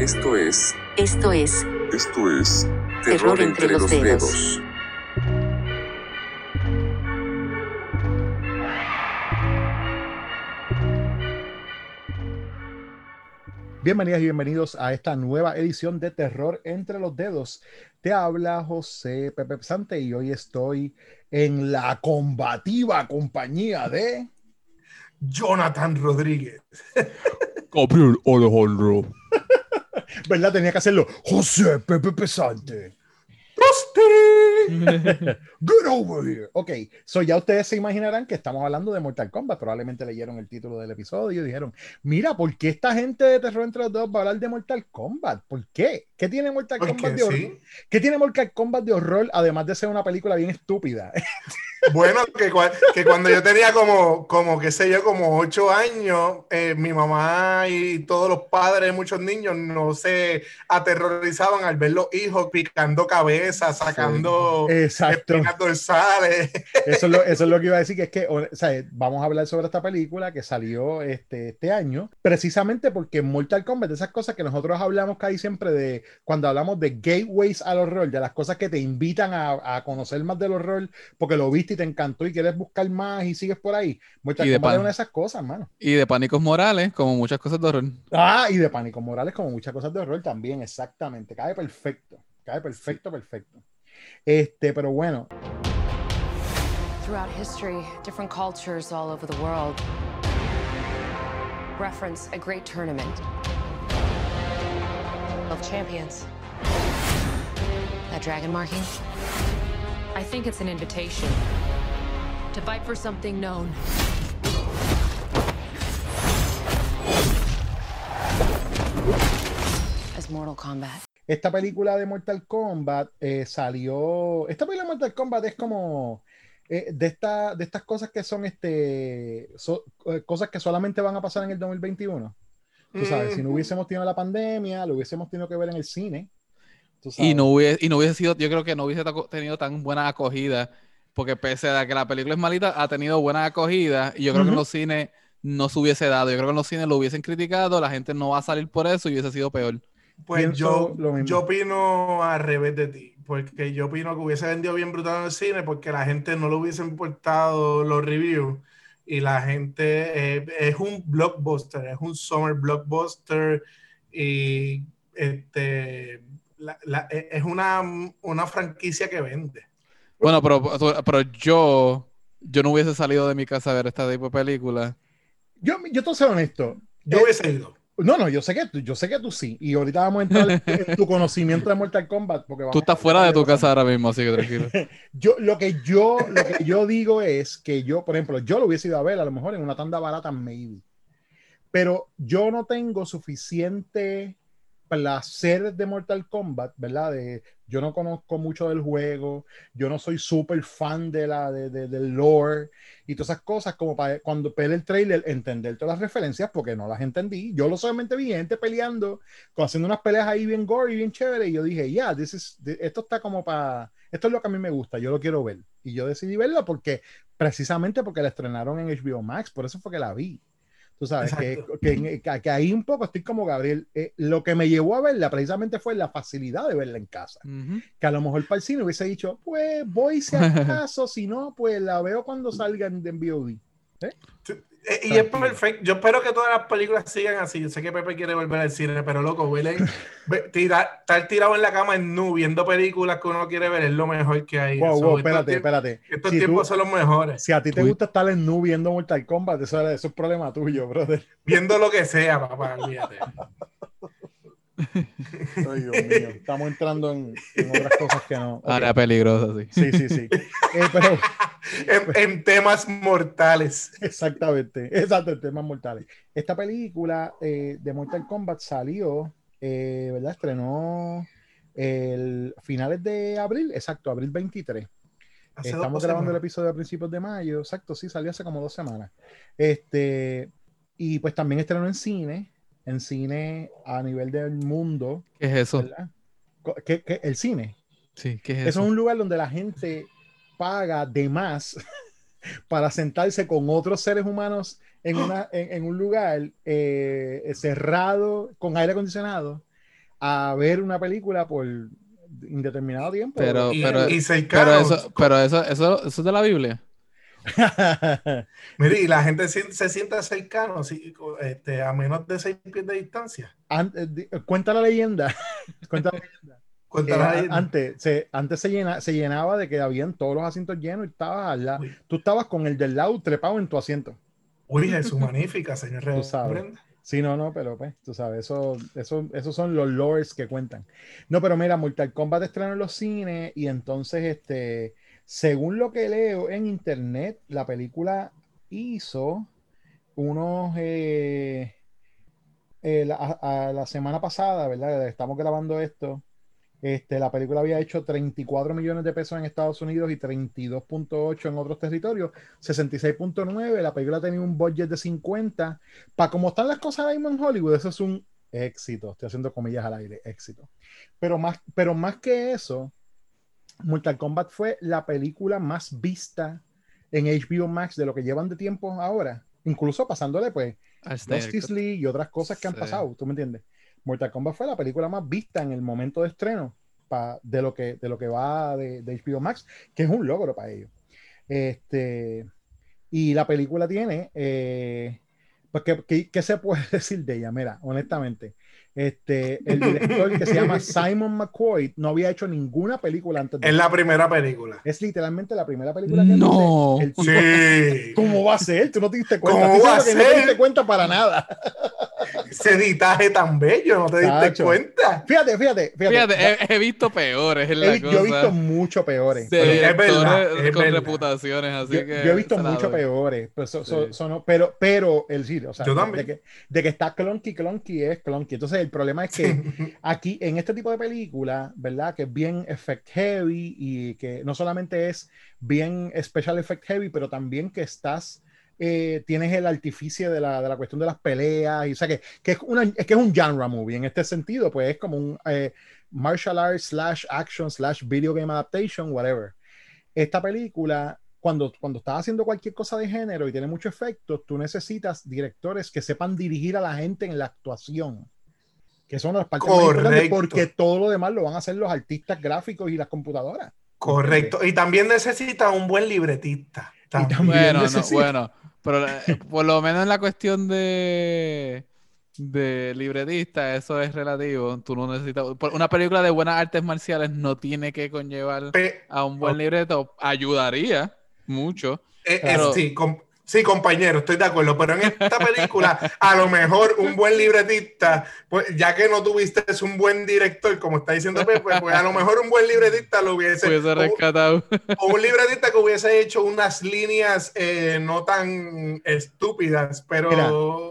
Esto es Terror entre los dedos. Bienvenidas y bienvenidos a esta nueva edición de Terror entre los dedos. Te habla José Pepe Sante y hoy estoy en la combativa compañía de Jonathan Rodríguez. Gabriel Alejandro. ¿Verdad? Tenía que hacerlo. José Pepe Pesante. Get over here. Ok, so ya ustedes se imaginarán que estamos hablando de Mortal Kombat. Probablemente leyeron el título del episodio y dijeron, mira, ¿por qué esta gente de Terror entre los Dedos va a hablar de Mortal Kombat? ¿Por qué? ¿Qué tiene Mortal Kombat de horror? Sí. ¿Qué tiene Mortal Kombat de horror además de ser una película bien estúpida? Bueno, que cuando yo tenía como qué sé yo, como 8 años, mi mamá y todos los padres de muchos niños no se aterrorizaban al ver los hijos picando cabezas, sacando espinas dorsales. Eso es lo que iba a decir, que es que, o sea, vamos a hablar sobre esta película que salió este año, precisamente porque Mortal Kombat, de esas cosas que nosotros hablamos casi siempre de, cuando hablamos de gateways al horror, de las cosas que te invitan a conocer más del horror, porque lo viste y te encantó y quieres buscar más y sigues por ahí. Mortal Kombat es una de esas cosas, mano. Y de Pánicos Morales, como muchas cosas de horror. Ah, y de Pánicos Morales, como muchas cosas de horror también, exactamente. Cae perfecto, perfecto. Pero bueno. Throughout history, different cultures all over the world reference a great tournament of champions. That dragon marking? I think it's an invitation to fight for something known. As Mortal Kombat. Esta película de Mortal Kombat salió. Esta película de Mortal Kombat es como de estas cosas que son cosas que solamente van a pasar en el 2021. Tú sabes, si no hubiésemos tenido la pandemia, lo hubiésemos tenido que ver en el cine. Y no hubiese sido, yo creo que no hubiese tenido tan buena acogida, porque pese a que la película es malita, ha tenido buena acogida, y yo creo que en los cines no se hubiese dado. Yo creo que en los cines lo hubiesen criticado, la gente no va a salir por eso y hubiese sido peor. Pues yo opino al revés de ti, porque yo opino que hubiese vendido bien brutal en el cine porque la gente no le hubiese importado los reviews y la gente es un blockbuster, es un summer blockbuster y es una franquicia que vende. Bueno, pero yo no hubiese salido de mi casa a ver esta tipo de película. Yo te voy a ser honesto. Yo hubiese ido. No, yo sé que tú sí. Y ahorita vamos a entrar en tu conocimiento de Mortal Kombat. Porque tú estás fuera de tu casa ahora mismo, así que tranquilo. Lo que yo digo es que yo, por ejemplo, yo lo hubiese ido a ver a lo mejor en una tanda barata, maybe. Pero yo no tengo suficiente placer de Mortal Kombat, ¿verdad? Yo no conozco mucho del juego, yo no soy súper fan del lore y todas esas cosas, como para cuando peleé el trailer entender todas las referencias, porque no las entendí. Yo lo solamente vi gente peleando, haciendo unas peleas ahí bien gore y bien chévere, y yo dije, esto está como para, esto es lo que a mí me gusta, yo lo quiero ver. Y yo decidí verlo precisamente porque la estrenaron en HBO Max, por eso fue que la vi. Tú sabes, que ahí un poco estoy como Gabriel. Lo que me llevó a verla precisamente fue la facilidad de verla en casa. Que a lo mejor para el cine hubiese dicho, pues voy si acaso, si no, pues la veo cuando salga en VOD. Y es perfecto. Yo espero que todas las películas sigan así. Yo sé que Pepe quiere volver al cine, pero loco, estar tirado en la cama en nu viendo películas que uno quiere ver es lo mejor que hay. Wow, espérate. Estos tiempos son los mejores. Si a ti te gusta estar en nu viendo Mortal Kombat, eso es problema tuyo, brother. Viendo lo que sea, papá, olvídate. Ay, Dios mío. Estamos entrando en otras cosas que no. Okay. Área peligrosa, sí. Sí. Pero en temas mortales. Exactamente, en temas mortales. Esta película de Mortal Kombat salió, ¿verdad? Estrenó finales de abril, exacto, abril 23. Estamos grabando el episodio a principios de mayo, exacto, sí, salió hace como 2 semanas. Y pues también estrenó en cine a nivel del mundo. ¿Qué es eso? ¿Verdad? ¿El cine? Sí, ¿qué es eso? Eso es un lugar donde la gente paga de más para sentarse con otros seres humanos en un lugar cerrado, con aire acondicionado, a ver una película por indeterminado tiempo. Y cercanos. Pero eso es de la Biblia. Mire, y la gente se sienta cercano, a menos de 6 pies de distancia. Cuenta la leyenda. Cuenta la leyenda. Antes se llenaba de que habían todos los asientos llenos y estabas al lado. Tú estabas con el del lado trepado en tu asiento. Uy, Jesús, magnífica, señor. Tú sabes. Sí, no, pero pues, tú sabes, esos son los lores que cuentan. No, pero mira, Mortal Kombat estrenó en los cines y entonces, según lo que leo en internet, la película hizo unos, la semana pasada, ¿verdad? Estamos grabando esto. La película había hecho 34 millones de pesos en Estados Unidos y 32.8 en otros territorios, 66.9. La película tenía un budget de 50. Para como están las cosas ahí en Hollywood, eso es un éxito. Estoy haciendo comillas al aire, éxito. Pero más que eso, Mortal Kombat fue la película más vista en HBO Max de lo que llevan de tiempo ahora, incluso pasándole pues Justice League y otras cosas que han pasado, ¿tú me entiendes? Mortal Kombat fue la película más vista en el momento de estreno de lo que va de HBO Max, que es un logro para ellos. Y la película tiene, pues, ¿qué se puede decir de ella? Mira, honestamente, el director que se llama Simon McQuoid no había hecho ninguna película antes de Es la primera película. Es literalmente la primera película que no. hace. Sí. ¿Cómo va a ser? Tú no te diste cuenta. ¿Cómo va a ser? No te diste cuenta para nada. Ese editaje tan bello, no te diste cuenta. Fíjate. He visto peores. Yo he visto mucho peores. Sí, es verdad, con reputaciones, así que. Yo he visto mucho peores. Pero el sí, o sea, yo también. De que está clunky es clunky. Entonces, el problema es que aquí, en este tipo de película, ¿verdad? Que es bien effect heavy y que no solamente es bien special effect heavy, pero también que tienes el artificio de la cuestión de las peleas, y, o sea, que es un genre movie. En este sentido, pues es como un martial arts / action / video game adaptation, whatever. Esta película, cuando estás haciendo cualquier cosa de género y tiene mucho efecto, tú necesitas directores que sepan dirigir a la gente en la actuación, que son las partes más importantes, porque todo lo demás lo van a hacer los artistas gráficos y las computadoras. Correcto. Y también necesita un buen libretista. Bueno, pero por lo menos en la cuestión de libretista, eso es relativo. Tú no necesitas. Una película de buenas artes marciales no tiene que conllevar a un buen libreto. Ayudaría mucho. Pero... Sí, compañero, estoy de acuerdo, pero en esta película a lo mejor un buen libretista, pues ya que no tuviste un buen director, como está diciendo Pepe, pues a lo mejor un buen libretista lo hubiese rescatado. O un libretista que hubiese hecho unas líneas no tan estúpidas, pero... Mira,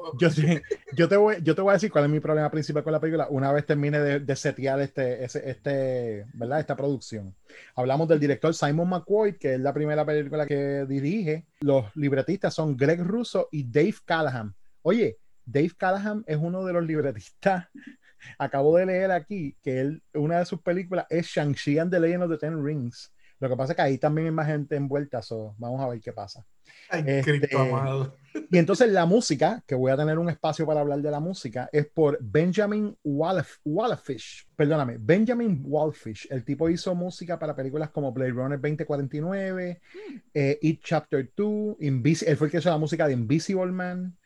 yo te voy a decir cuál es mi problema principal con la película una vez termine de setear ¿verdad? Esta producción. Hablamos del director Simon McQuoid, que es la primera película que dirige. Los libretistas son Greg Russo y Dave Callaham. Oye, Dave Callaham es uno de los libretistas. Acabo de leer aquí que una de sus películas es Shang-Chi and the Legend of the Ten Rings. Lo que pasa es que ahí también hay más gente envuelta. Vamos a ver qué pasa. Ay, Cristo amado. Y entonces la música, que voy a tener un espacio para hablar de la música, es por Benjamin Wallfish. Perdóname, Benjamin Wallfish. El tipo hizo música para películas como Blade Runner 2049, It Chapter 2, él fue el que hizo la música de Invisible Man,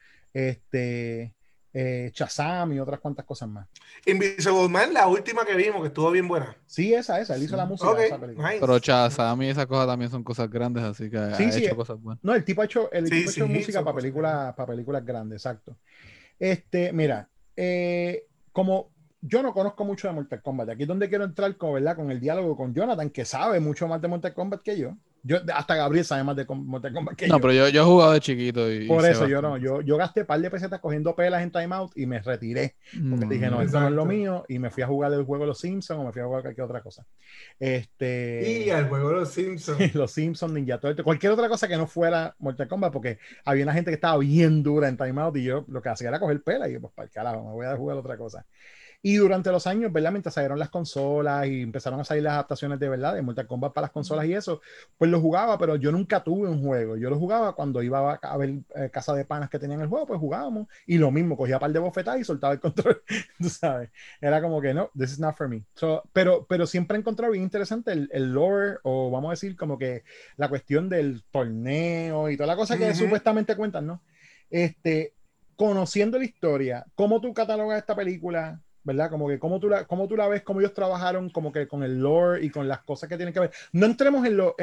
Shazam y otras cuantas cosas más. Invisible Man, la última que vimos, que estuvo bien buena. Sí, él hizo la música de esa película. Nice. Pero Shazam y esas cosas también son cosas grandes, así que ha hecho cosas buenas. No, el tipo ha hecho música para películas grandes, exacto. Mira, como yo no conozco mucho de Mortal Kombat, aquí es donde quiero entrar con el diálogo con Jonathan, que sabe mucho más de Mortal Kombat que yo. Hasta Gabriel sabe más de Mortal Kombat que yo. No, pero yo he jugado de chiquito. Por eso yo gasté un par de pesetas cogiendo pelas en Time Out y me retiré. Porque dije, no, esto no es lo mío. Y me fui a jugar el juego de los Simpsons o me fui a jugar cualquier otra cosa. Y el juego de los Simpsons. Los Simpsons, Ninja Turtles, cualquier otra cosa que no fuera Mortal Kombat, porque había una gente que estaba bien dura en Time Out y yo lo que hacía era coger pelas y yo, pues para el carajo, me voy a jugar otra cosa. Y durante los años, ¿verdad? Mientras salieron las consolas y empezaron a salir las adaptaciones de verdad de Mortal Kombat para las consolas y eso, pues lo jugaba, pero yo nunca tuve un juego. Yo lo jugaba cuando iba a ver casa de panas que tenían el juego, pues jugábamos. Y lo mismo, cogía un par de bofetadas y soltaba el control. Tú sabes. Era como que no, this is not for me. Pero siempre he encontrado bien interesante el lore, o vamos a decir como que la cuestión del torneo y toda la cosa que supuestamente cuentan, ¿no? Conociendo la historia, ¿cómo tú catalogas esta película? ¿Verdad? Como que cómo tú la ves, cómo ellos trabajaron como que con el lore y con las cosas que tienen que ver. No entremos en los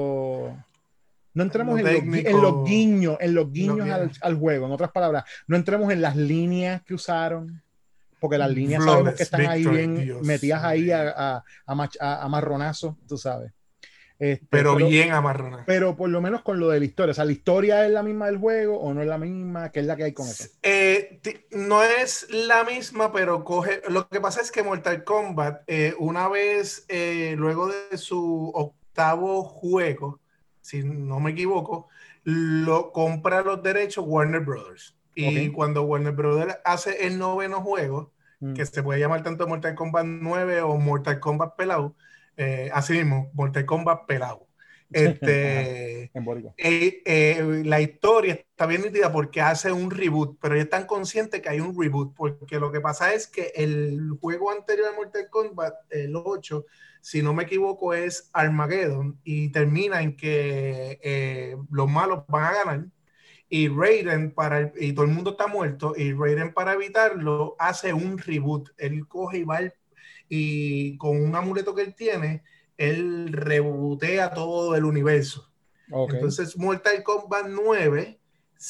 guiños al juego, en otras palabras, no entremos en las líneas que usaron, porque las líneas sabemos que están ahí bien metidas ahí a marronazo, tú sabes. Pero bien amarrona. Pero por lo menos con lo de la historia. O sea, ¿la historia es la misma del juego o no es la misma? ¿Qué es la que hay con eso? No es la misma, pero coge... Lo que pasa es que Mortal Kombat, una vez, luego de su 8º juego, si no me equivoco, lo compra los derechos Warner Brothers. Y cuando Warner Brothers hace el 9º juego, que se puede llamar tanto Mortal Kombat 9 o Mortal Kombat Pelado, así mismo, Mortal Kombat pelado. La historia está bien nítida porque hace un reboot, pero ellos están conscientes que hay un reboot, porque lo que pasa es que el juego anterior a Mortal Kombat, el 8, si no me equivoco, es Armageddon, y termina en que los malos van a ganar, y Raiden, y todo el mundo está muerto, y Raiden, para evitarlo, hace un reboot. Él coge y va y con un amuleto que él tiene, él rebootea todo el universo. Entonces Mortal Kombat 9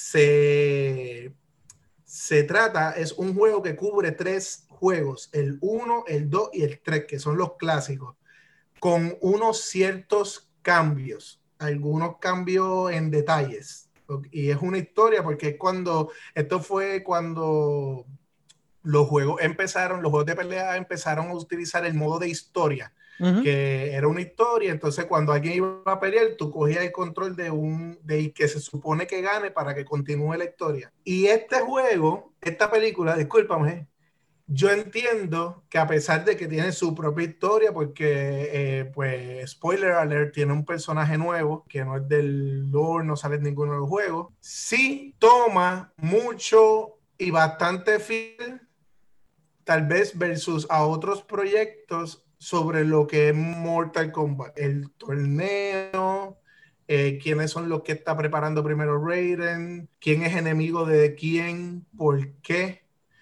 es un juego que cubre 3 juegos, el 1, el 2 y el 3, que son los clásicos, con unos ciertos cambios, algunos cambios en detalles. Y es una historia porque esto fue cuando los juegos de pelea empezaron a utilizar el modo de historia, que era una historia. Entonces cuando alguien iba a pelear, tú cogías el control de que se supone que gane para que continúe la historia. Y esta película, discúlpame, yo entiendo que a pesar de que tiene su propia historia, porque pues spoiler alert, tiene un personaje nuevo que no es del lore, no sale en ninguno de los juegos, sí toma mucho y bastante fiel, tal vez versus a otros proyectos, sobre lo que es Mortal Kombat, el torneo, quiénes son los que está preparando primero Raiden, quién es enemigo de quién, por qué.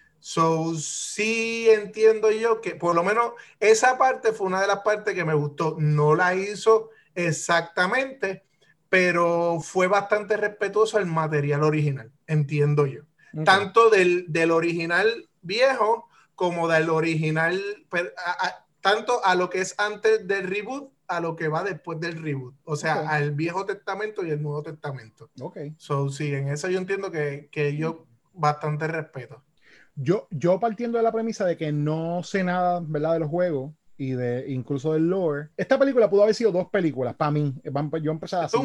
Sí entiendo yo que por lo menos esa parte fue una de las partes que me gustó. No la hizo exactamente, pero fue bastante respetuoso al material original, entiendo yo. Tanto del original viejo como del original, tanto a lo que es antes del reboot, a lo que va después del reboot. O sea, al Viejo Testamento y el Nuevo Testamento. Sí, en eso yo entiendo que yo bastante respeto. Yo partiendo de la premisa de que no sé nada, ¿verdad?, de los juegos y incluso del lore. Esta película pudo haber sido 2 películas para mí. Yo empecé así,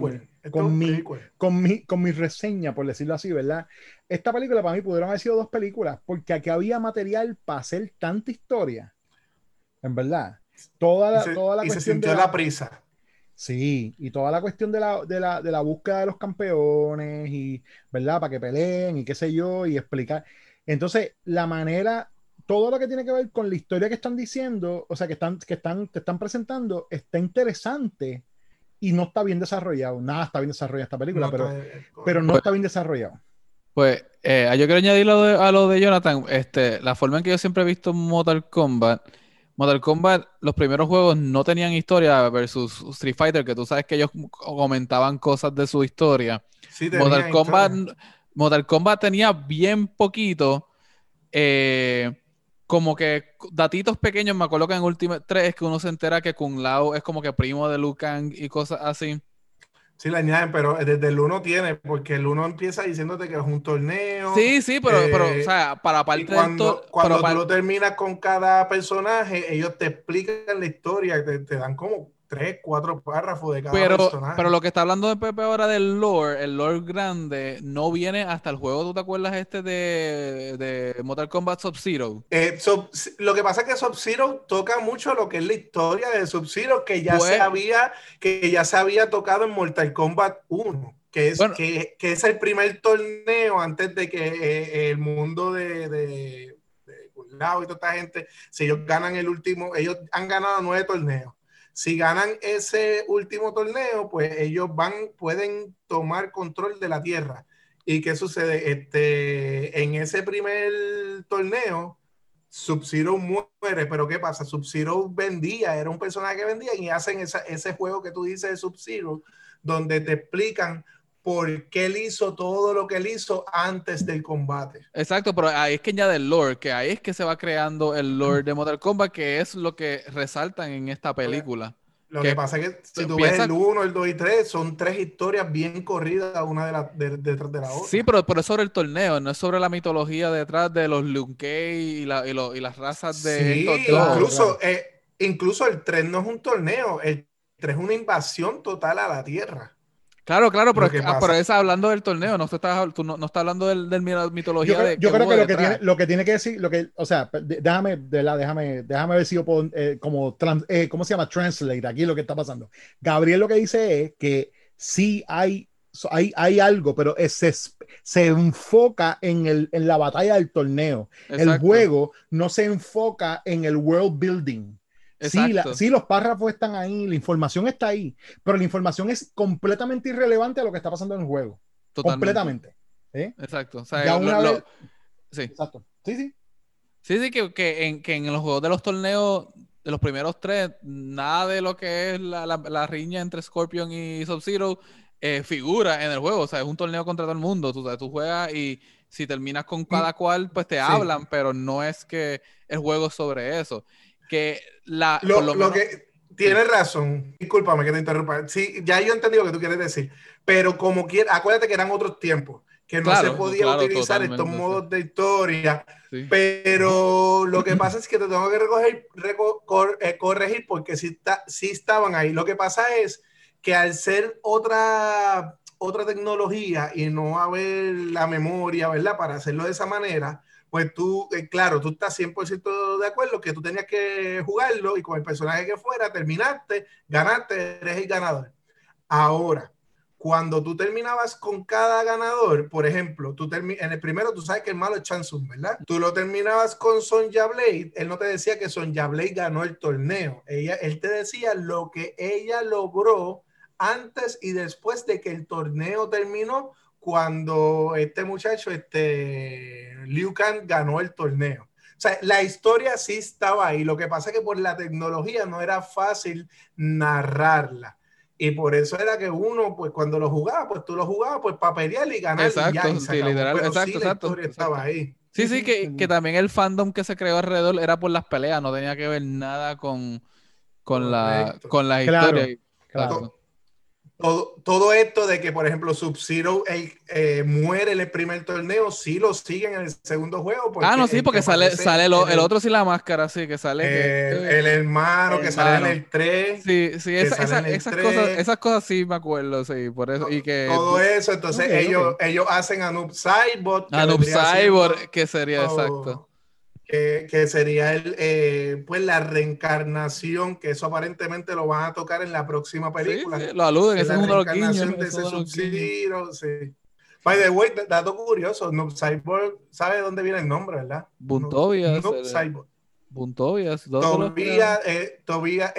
con mi reseña, por decirlo así, ¿verdad? Esta película para mí pudieron haber sido 2 películas, porque aquí había material para hacer tanta historia. En verdad. Toda la cuestión se sintió la prisa. Sí, y toda la cuestión de la búsqueda de los campeones, y ¿verdad?, para que peleen y qué sé yo, y explicar. Entonces, la manera, todo lo que tiene que ver con la historia que están diciendo, o sea, te están presentando, está interesante y no está bien desarrollado. Nada está bien desarrollado esta película, pero no está bien desarrollado. Pues, yo quiero añadir a lo de Jonathan, la forma en que yo siempre he visto Mortal Kombat, los primeros juegos no tenían historia versus Street Fighter, que tú sabes que ellos comentaban cosas de su historia. Sí, Mortal Kombat tenía bien poquito, como que datitos pequeños. Me acuerdo que en Ultimate 3 es que uno se entera que Kung Lao es como que primo de Liu Kang y cosas así. Sí, le añaden, pero desde el 1 tiene, porque el 1 empieza diciéndote que es un torneo. Sí, pero o sea, para parte cuando tú lo terminas con cada personaje, ellos te explican la historia, te dan como 3, 4 párrafos de cada personaje. Pero lo que está hablando de Pepe ahora del lore, el lore grande, no viene hasta el juego. ¿Tú te acuerdas de Mortal Kombat Sub-Zero? Lo que pasa es que Sub-Zero toca mucho lo que es la historia de Sub-Zero, que ya se había tocado en Mortal Kombat 1. Que es el primer torneo antes de que el mundo de Kulao y toda esta gente, si ellos ganan el último, ellos han ganado 9 torneos. Si ganan ese último torneo, pues ellos pueden tomar control de la Tierra. ¿Y qué sucede? En ese primer torneo, Sub-Zero muere, pero ¿qué pasa? Sub-Zero era un personaje que vendía, y hacen ese juego que tú dices de Sub-Zero, donde te explican por qué él hizo todo lo que él hizo antes del combate. Exacto, pero ahí es que añade el lore, que ahí es que se va creando el lore de Mortal Kombat, que es lo que resaltan en esta película. Lo que pasa es que si tú ves el 1, el 2 y 3, son 3 historias bien corridas, una detrás de la otra. Sí, pero es sobre el torneo, no es sobre la mitología detrás de los Liu Kang y las razas de sí, incluso el 3 no es un torneo, el 3 es una invasión total a la Tierra. Claro, pero es hablando del torneo, no estás hablando del mitología yo creo que lo que tiene que decir, o sea, déjame ver si yo puedo, ¿cómo se llama? Translate aquí lo que está pasando. Gabriel lo que dice es que sí hay algo, pero se enfoca en la batalla del torneo. Exacto. El juego no se enfoca en el world building. Sí, los párrafos están ahí, la información está ahí, pero la información es completamente irrelevante a lo que está pasando en el juego. Totalmente. Completamente. Exacto. O sea, sí. Exacto. Sí. Sí, que en los juegos de los torneos, de los primeros 3, nada de lo que es la riña entre Scorpion y Sub-Zero figura en el juego. O sea, es un torneo contra todo el mundo. Tú juegas y si terminas con cada cual, pues te hablan, pero no es que el juego es sobre eso. Que lo que tienes razón, discúlpame que te interrumpa. Sí, ya yo entendí lo que tú quieres decir, pero como quieras, acuérdate que eran otros tiempos, que no se podía utilizar estos modos de historia, pero lo que pasa es que te tengo que corregir porque sí estaban ahí. Lo que pasa es que al ser otra tecnología y no haber la memoria, ¿verdad? Para hacerlo de esa manera, pues tú, claro, tú estás 100% de acuerdo que tú tenías que jugarlo y con el personaje que fuera, terminaste, ganaste, eres el ganador. Ahora, cuando tú terminabas con cada ganador, por ejemplo, en el primero tú sabes que el malo es Shang Tsung, ¿verdad? Tú lo terminabas con Sonya Blade, él no te decía que Sonya Blade ganó el torneo, él te decía lo que ella logró antes y después de que el torneo terminó, cuando este muchacho, Liu Kang, ganó el torneo. O sea, la historia sí estaba ahí. Lo que pasa es que por la tecnología no era fácil narrarla. Y por eso era que uno, pues cuando lo jugaba, pues tú lo jugabas pues para pelear y ganar. Exacto, y ya, y sí, literal, pero exacto, sí, la historia estaba ahí. Sí, que también el fandom que se creó alrededor era por las peleas, no tenía que ver nada con la historia. Claro. Todo esto de que, por ejemplo, Sub-Zero muere en el primer torneo, sí lo siguen en el segundo juego. No, sí, porque sale el otro sin la máscara, sí, que sale. El hermano que sale en el 3. Sí, esas cosas sí me acuerdo, sí, por eso. Y que, todo eso, entonces ellos hacen a Noob Saibot. Que sería exacto. Que sería pues la reencarnación, que eso aparentemente lo van a tocar en la próxima película. Sí, lo aluden, ese es uno de los guiños. De ese Sub-Zero, sí. By the way, dato curioso, Noob Saibot, ¿sabe de dónde viene el nombre, verdad? Buntovias. Noob Saibot. Buntovias. Todavía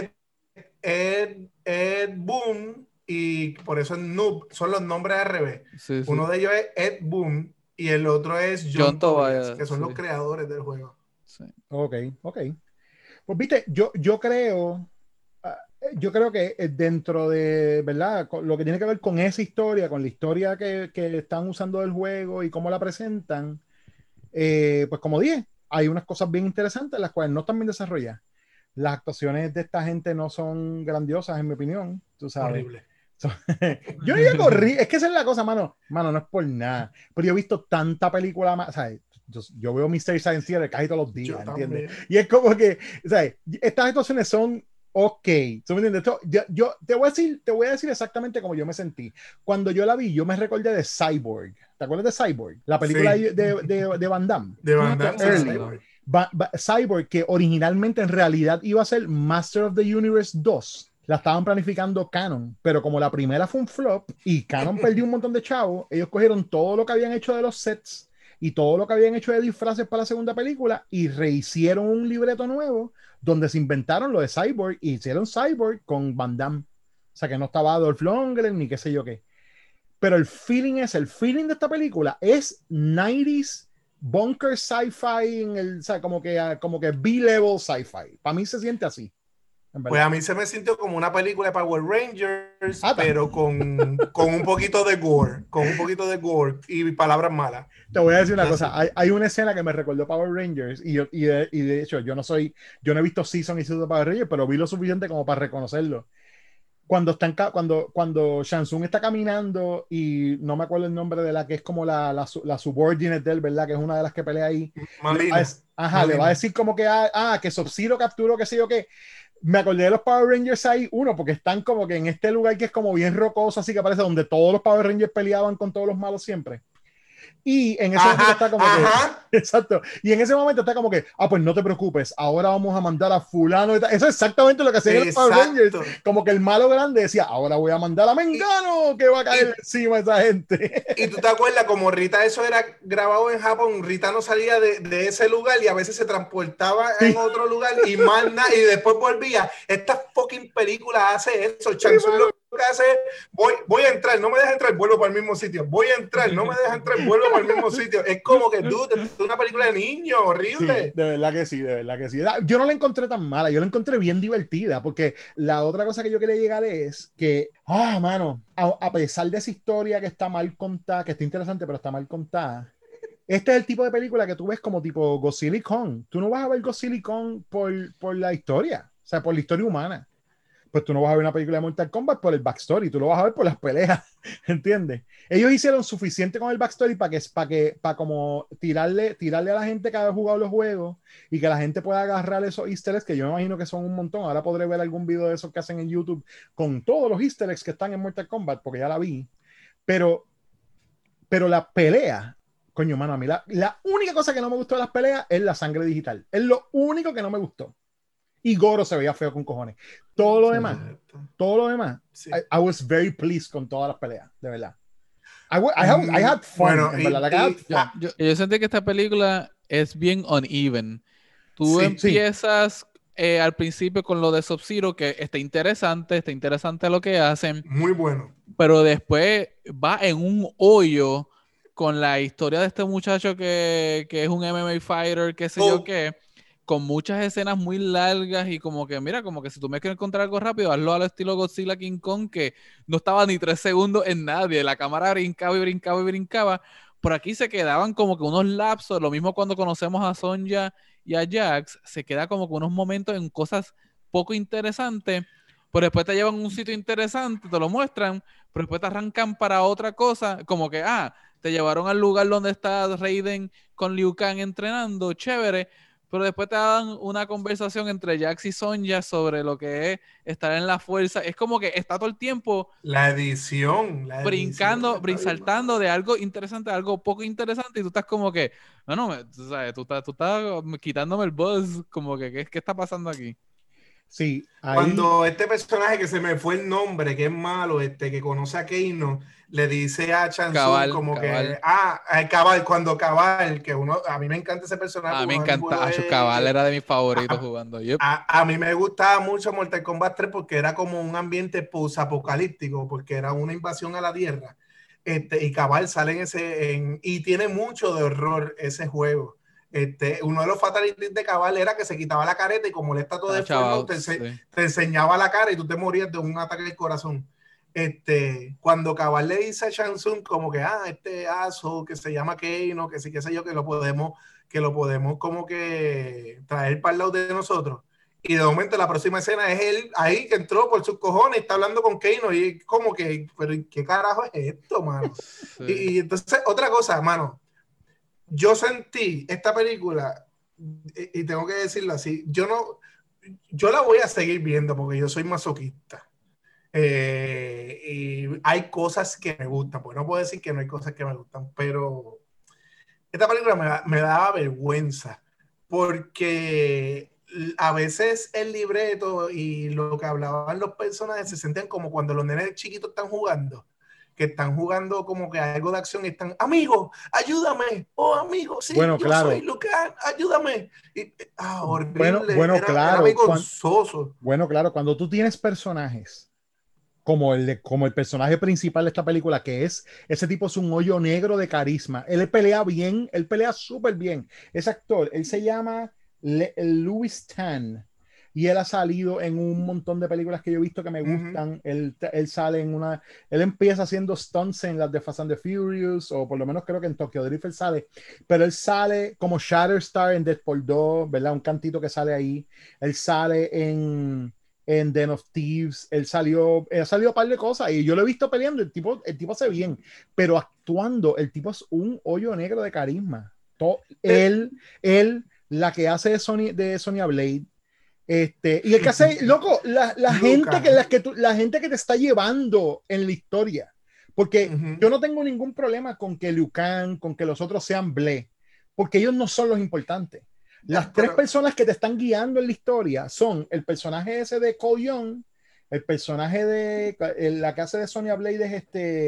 Ed Boon, y por eso es Noob, son los nombres al revés. Sí. Uno de ellos es Ed Boon y el otro es John Tobias, que son los creadores del juego. Sí. Ok. Pues viste, yo creo que dentro de, ¿verdad? Lo que tiene que ver con esa historia, con la historia que están usando del juego y cómo la presentan, pues como dije, hay unas cosas bien interesantes las cuales no están bien desarrolladas. Las actuaciones de esta gente no son grandiosas, en mi opinión, tú sabes. Horrible. Yo ya corrí, es que esa es la cosa, mano, no es por nada, pero yo he visto tanta película más, ¿sabes? Yo veo Mystery Science Theater casi todos los días, ¿entiendes? Y es como que, ¿sabes? Estas actuaciones son Ok, ¿tú me entiendes? Yo te voy a decir exactamente cómo yo me sentí. Cuando yo la vi, yo me recordé de Cyborg. ¿Te acuerdas de Cyborg? La película Sí. de Van Damme. De Van Fíjate, Damme, sí, Early. Cyborg. Cyborg, que originalmente en realidad iba a ser Master of the Universe 2. La estaban planificando Canon, pero como la primera fue un flop y Canon perdió un montón de chavos, ellos cogieron todo lo que habían hecho de los sets y todo lo que habían hecho de disfraces para la segunda película y rehicieron un libreto nuevo donde se inventaron lo de Cyborg y hicieron Cyborg con Van Damme. O sea, que no estaba Adolf Lundgren ni qué sé yo qué. Pero el feeling de esta película es 90s bunker sci-fi, o sea, como que B-level sci-fi. Para mí se siente así. Pues a mí se me sintió como una película de Power Rangers, pero con un poquito de gore, y palabras malas. Te voy a decir una cosa, hay una escena que me recordó Power Rangers y de hecho yo no he visto season y season de Power Rangers, pero vi lo suficiente como para reconocerlo. Cuando Shang Tsung está caminando y no me acuerdo el nombre de la que es como la subordinate de él, ¿verdad? Que es una de las que pelea ahí. Malina. Le va a decir como que que Sub-Zero capturó, qué sé yo qué. Me acordé de los Power Rangers ahí, uno, porque están como que en este lugar que es como bien rocoso, así que parece donde todos los Power Rangers peleaban con todos los malos siempre. Y en ese momento está como que, exacto, y en ese momento está como que, pues no te preocupes, ahora vamos a mandar a fulano. Eso es exactamente lo que hacían los Power Rangers. Como que el malo grande decía, ahora voy a mandar a Mengano, que va a caer encima de esa gente. Y tú te acuerdas, como Rita eso era grabado en Japón, Rita no salía de ese lugar y a veces se transportaba en otro lugar y manda y después volvía. Esta fucking película hace eso, Shang Tsung lo que hace, voy a entrar, no me dejes entrar, vuelvo para el mismo sitio, voy a entrar, no me dejes entrar, vuelvo para el mismo sitio. Es como que, dude, es una película de niños, horrible. Sí, de verdad que sí. Yo no la encontré tan mala, yo la encontré bien divertida, porque la otra cosa que yo quería llegar es que, mano, a pesar de esa historia que está mal contada, que está interesante, pero está mal contada, este es el tipo de película que tú ves como tipo Godzilla y Kong. Tú no vas a ver Godzilla y Kong por la historia, o sea, por la historia humana. Pues tú no vas a ver una película de Mortal Kombat por el backstory, tú lo vas a ver por las peleas, ¿entiendes? Ellos hicieron suficiente con el backstory para como tirarle a la gente que ha jugado los juegos y que la gente pueda agarrar esos easter eggs, que yo me imagino que son un montón. Ahora podré ver algún video de esos que hacen en YouTube con todos los easter eggs que están en Mortal Kombat, porque ya la vi. Pero la pelea, coño, mano, a mí la única cosa que no me gustó de las peleas es la sangre digital. Es lo único que no me gustó. Y Goro se veía feo con cojones. Todo lo demás, sí. I was very pleased con todas las peleas, de verdad. I had fun, bueno, en verdad. Yo sentí que esta película es bien uneven. Tú empiezas al principio con lo de Sub-Zero, que está interesante lo que hacen. Muy bueno. Pero después va en un hoyo con la historia de este muchacho que es un MMA fighter, qué sé yo qué, con muchas escenas muy largas y como que, mira, como que si tú me quieres encontrar algo rápido, hazlo al estilo Godzilla King Kong, que no estaba ni 3 segundos en nadie, la cámara brincaba y brincaba y brincaba. Por aquí se quedaban como que unos lapsos, lo mismo cuando conocemos a Sonja y a Jax, se queda como que unos momentos en cosas poco interesantes, pero después te llevan a un sitio interesante, te lo muestran, pero después te arrancan para otra cosa, como que, te llevaron al lugar donde está Raiden con Liu Kang entrenando, chévere, pero después te dan una conversación entre Jax y Sonja sobre lo que es estar en la fuerza. Es como que está todo el tiempo la edición saltando de algo interesante a algo poco interesante, y tú estás como que, tú sabes, tú estás quitándome el buzz, como que, ¿qué está pasando aquí? Sí, cuando este personaje que se me fue el nombre, que es malo, que conoce a Keino, le dice a Shang Tsung como que Cabal, cuando Cabal, que a mí me encanta ese personaje. A mí me encanta, Cabal era de mis favoritos jugando. A mí me gustaba mucho Mortal Kombat 3 porque era como un ambiente post-apocalíptico, porque era una invasión a la Tierra. Y Cabal sale y tiene mucho de horror ese juego. Uno de los fatalities de Cabal era que se quitaba la careta y como le está todo de forma, te enseñaba la cara y tú te morías de un ataque al corazón. Cuando Cabal le dice a Shang Tsung como que este aso que se llama Keino, que sí, qué sé yo, que lo podemos como que traer para el lado de nosotros, y de momento la próxima escena es él ahí que entró por sus cojones, está hablando con Keino y como que, pero ¿qué carajo es esto, mano? Sí. Y entonces otra cosa, mano, yo sentí esta película, y tengo que decirlo así, yo no, yo la voy a seguir viendo porque yo soy masoquista. Y hay cosas que me gustan, pues no puedo decir que no hay cosas que me gustan, pero esta película me daba vergüenza porque a veces el libreto y lo que hablaban los personajes se sentían como cuando los nenes chiquitos están jugando, que están jugando como que algo de acción y están, amigo, ayúdame, oh amigo, sí, bueno, yo claro. soy Lucan, ayúdame. Y, horrible, bueno, era claro, vergonzoso. Bueno, claro, cuando tú tienes personajes como el personaje principal de esta película, que es, ese tipo es un hoyo negro de carisma. Él pelea bien, él pelea súper bien. Ese actor, él se llama Louis Tan y él ha salido en un montón de películas que yo he visto que me gustan. Él sale en él empieza haciendo stunts en las de Fast and the Furious, o por lo menos creo que en Tokyo Drift él sale, pero él sale como Shatterstar en Deadpool 2, ¿verdad? Un cantito que sale ahí. Él sale en Den of Thieves, él ha salido un par de cosas y yo lo he visto peleando, el tipo hace bien, pero actuando, el tipo es un hoyo negro de carisma. Él, la que hace de Sonya Blade, y el que hace, loco, la gente que te está llevando en la historia, porque yo no tengo ningún problema con que Liu Kang, con que los otros sean Ble, porque ellos no son los importantes. Las tres personas que te están guiando en la historia son el personaje ese de Cole Young, el personaje de la casa de Sonya Blade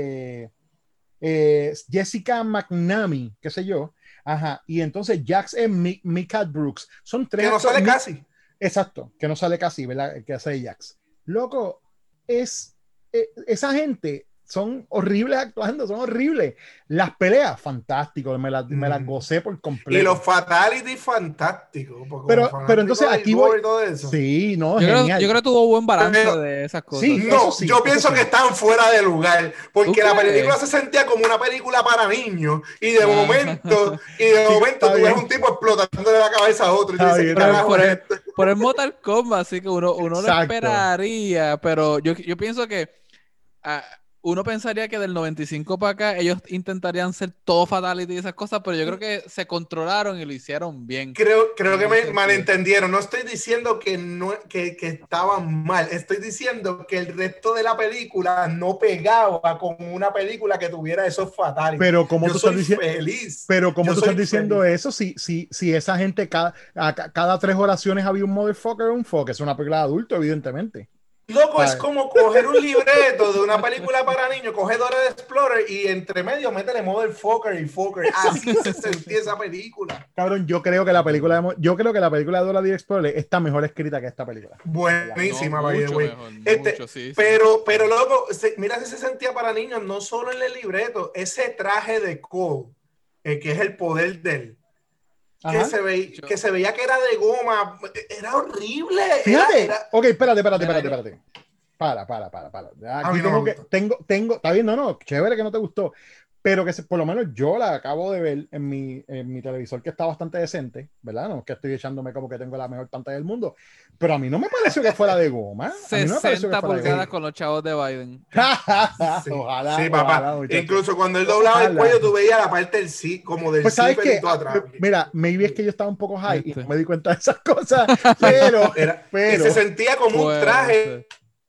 es Jessica McNamee, qué sé yo, ajá, y entonces Jax es Mika Brooks. Son tres. Que no sale casi. Exacto, que no sale casi, ¿verdad? El que hace Jax. Loco, esa gente son horribles actuando, son horribles. Las peleas, fantástico, me las gocé por completo. Y los fatalities, fantásticos. Pero entonces aquí voy. Todo eso. Sí, no, yo genial. Creo que tuvo buen balance de esas cosas. Sí, no, sí, yo pienso que están fuera de lugar, porque la película se sentía como una película para niños, y de momento tú ves un tipo explotándole la cabeza a otro, y tú dices, ¿qué carajo es esto? Por el Mortal Kombat, así que uno lo esperaría, pero yo pienso que uno pensaría que del 95 para acá ellos intentarían ser todo fatality y esas cosas, pero yo creo que se controlaron y lo hicieron bien. Creo que me malentendieron. No estoy diciendo que estaban mal. Estoy diciendo que el resto de la película no pegaba con una película que tuviera esos fatalities. Pero como tú estás diciendo, feliz. Pero como tú estás diciendo eso, si esa gente cada 3 oraciones había un motherfucker o un fuck, es una película de adulto, evidentemente. Loco, es como coger un libreto de una película para niños, coge Dora the Explorer y entre medio métele Motherfucker y Fucker. Así se sentía esa película. Cabrón, yo creo que la película de Dora the Explorer está mejor escrita que esta película. Buenísima, sí. Pero loco, mira si se sentía para niños, no solo en el libreto, ese traje de Cole, que es el poder de él. Que se veía que era de goma, era horrible. Fíjate, ok, espérate. Para. Aquí tengo, está bien, no, chévere que no te gustó, pero que por lo menos yo la acabo de ver en mi televisor, que está bastante decente, ¿verdad? No es que estoy echándome como que tengo la mejor pantalla del mundo, pero a mí no me pareció que fuera de goma. 60 pulgadas con los chavos de Biden. Sí. Ojalá, sí, papá. Ojalá, incluso cuando él doblaba el cuello, tú veías la parte del sí, como del pues sabes que, atrás. Mira, maybe es que yo estaba un poco high y no me di cuenta de esas cosas, pero se sentía como un traje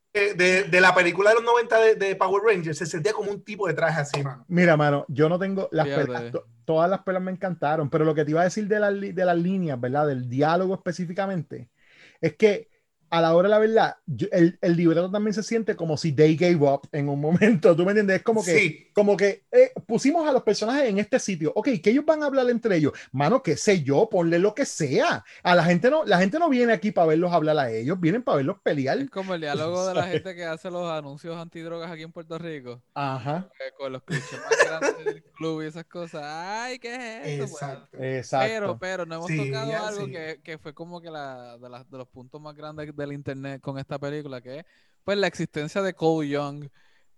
de la película de los 90 de Power Rangers, se sentía como un tipo de traje así, mano. Mira, mano, yo no tengo las pelas, todas las pelas me encantaron, pero lo que te iba a decir de las líneas, ¿verdad? Del diálogo específicamente, es que a la hora de la verdad, el libreto también se siente como si they gave up en un momento, ¿tú me entiendes? Es como que pusimos a los personajes en este sitio, ok, que ellos van a hablar entre ellos, mano, qué sé yo, ponle lo que sea, la gente no viene aquí para verlos hablar a ellos, vienen para verlos pelear. Es como el diálogo de la gente que hace los anuncios antidrogas aquí en Puerto Rico. Ajá. Con los clichés más grandes del club y esas cosas. Ay, ¿qué es eso? Exacto. Pero no hemos tocado algo que fue como que de los puntos más grandes del internet con esta película, que es pues la existencia de Cole Young.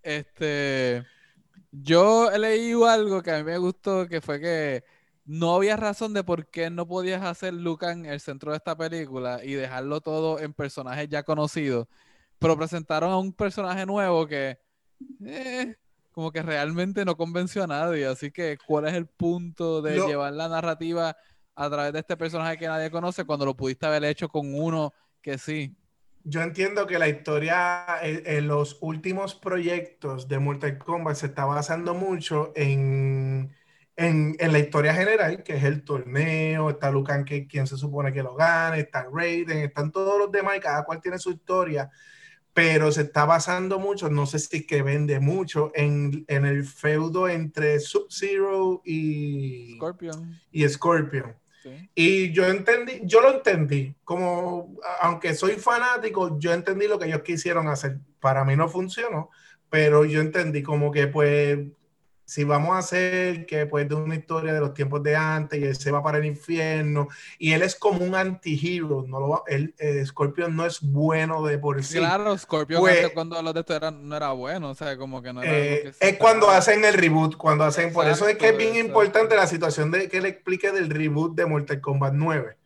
Yo he leído algo que a mí me gustó, que fue que no había razón de por qué no podías hacer Lucan el centro de esta película y dejarlo todo en personajes ya conocidos, pero presentaron a un personaje nuevo que como que realmente no convenció a nadie, así que ¿cuál es el punto de llevar la narrativa a través de este personaje que nadie conoce cuando lo pudiste haber hecho con uno que sí. Yo entiendo que la historia en los últimos proyectos de Mortal Kombat se está basando mucho en la historia general, que es el torneo, está Liu Kang, que quien se supone que lo gane, está Raiden, están todos los demás y cada cual tiene su historia, pero se está basando mucho, no sé si es que vende mucho, en el feudo entre Sub-Zero y Scorpion. Sí. Y yo lo entendí, como aunque soy fanático, yo entendí lo que ellos quisieron hacer. Para mí no funcionó, pero yo entendí como que pues si vamos a hacer que pues de una historia de los tiempos de antes y él se va para el infierno y él es como un anti-hero, Scorpion no es bueno de por sí. Claro, Scorpion pues, antes cuando los de esto no era bueno, o sea, como que no era algo que es cuando hacen el reboot, Exacto, por eso es que es bien importante la situación de que le explique del reboot de Mortal Kombat 9.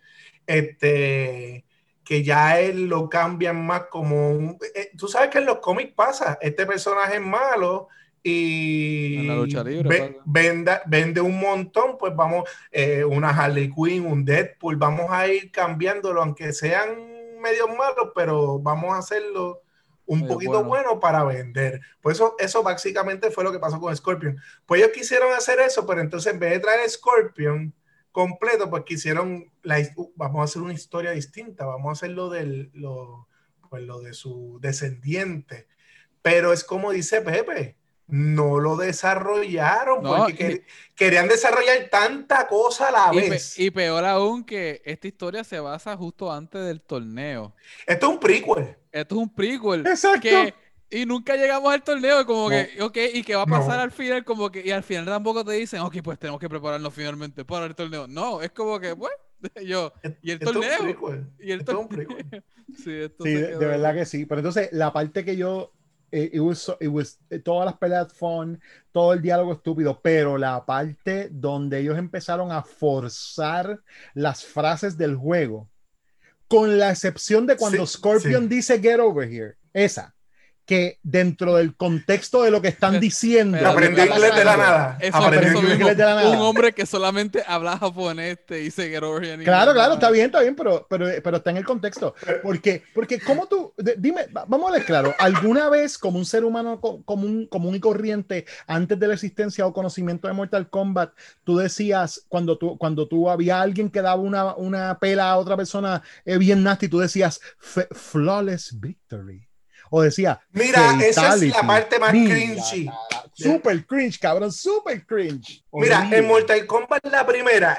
Que ya él lo cambian más como tú sabes que en los cómics pasa, este personaje es malo y en la lucha libre vende un montón, pues vamos, una Harley Quinn, un Deadpool, vamos a ir cambiándolo, aunque sean medio malos, pero vamos a hacerlo un poquito bueno para vender. Pues eso básicamente fue lo que pasó con Scorpion. Pues ellos quisieron hacer eso, pero entonces en vez de traer Scorpion completo, pues quisieron, vamos a hacer una historia distinta, vamos a hacer lo de su descendiente. Pero es como dice Pepe, no lo desarrollaron porque querían desarrollar tanta cosa a la vez. Y peor aún que esta historia se basa justo antes del torneo. Esto es un prequel. Exacto. Y nunca llegamos al torneo, como que, ok, ¿y qué va a pasar al final? Como que, y al final tampoco te dicen, ok, pues tenemos que prepararnos finalmente para el torneo. No, es como que, pues, y el torneo. Y el torneo. Sí, de verdad que sí. Pero entonces, la parte que yo, todas las peleas fun, todo el diálogo estúpido, pero la parte donde ellos empezaron a forzar las frases del juego, con la excepción de cuando Scorpion dice get over here, esa, que dentro del contexto de lo que están diciendo, aprendió inglés de la nada. Un hombre que solamente habla japonés te dice get over here. Claro, está bien, pero está en el contexto. Porque como tú, dime, vamos a ver claro, ¿alguna vez como un ser humano común y corriente, antes de la existencia o conocimiento de Mortal Kombat, tú decías, cuando tú había alguien que daba una pela a otra persona bien nasty, tú decías flawless victory? O decía, mira, esa es la parte más cringy. Super cringe, cabrón, super cringe. Mira, en Mortal Kombat la primera,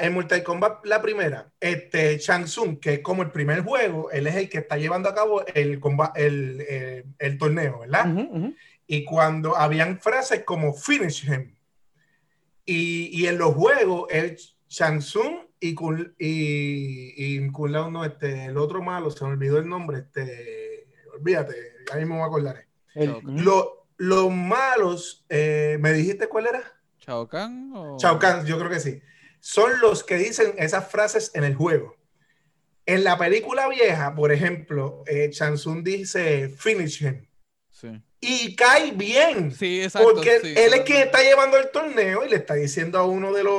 Shang Tsung, que es como el primer juego, él es el que está llevando a cabo el torneo, ¿verdad? Y cuando habían frases como finish him, y en los juegos, Shang Tsung y Kun Lao, no, el otro malo, se me olvidó el nombre, olvídate, ahí me voy a acordar. Los malos, ¿me dijiste cuál era? ¿Shao Kahn? Shao Kahn, yo creo que sí. Son los que dicen esas frases en el juego. En la película vieja, por ejemplo, Shang Tsung dice finish him. Sí. Y cae bien. Sí, exacto. Porque él es quien está llevando el torneo y le está diciendo a uno de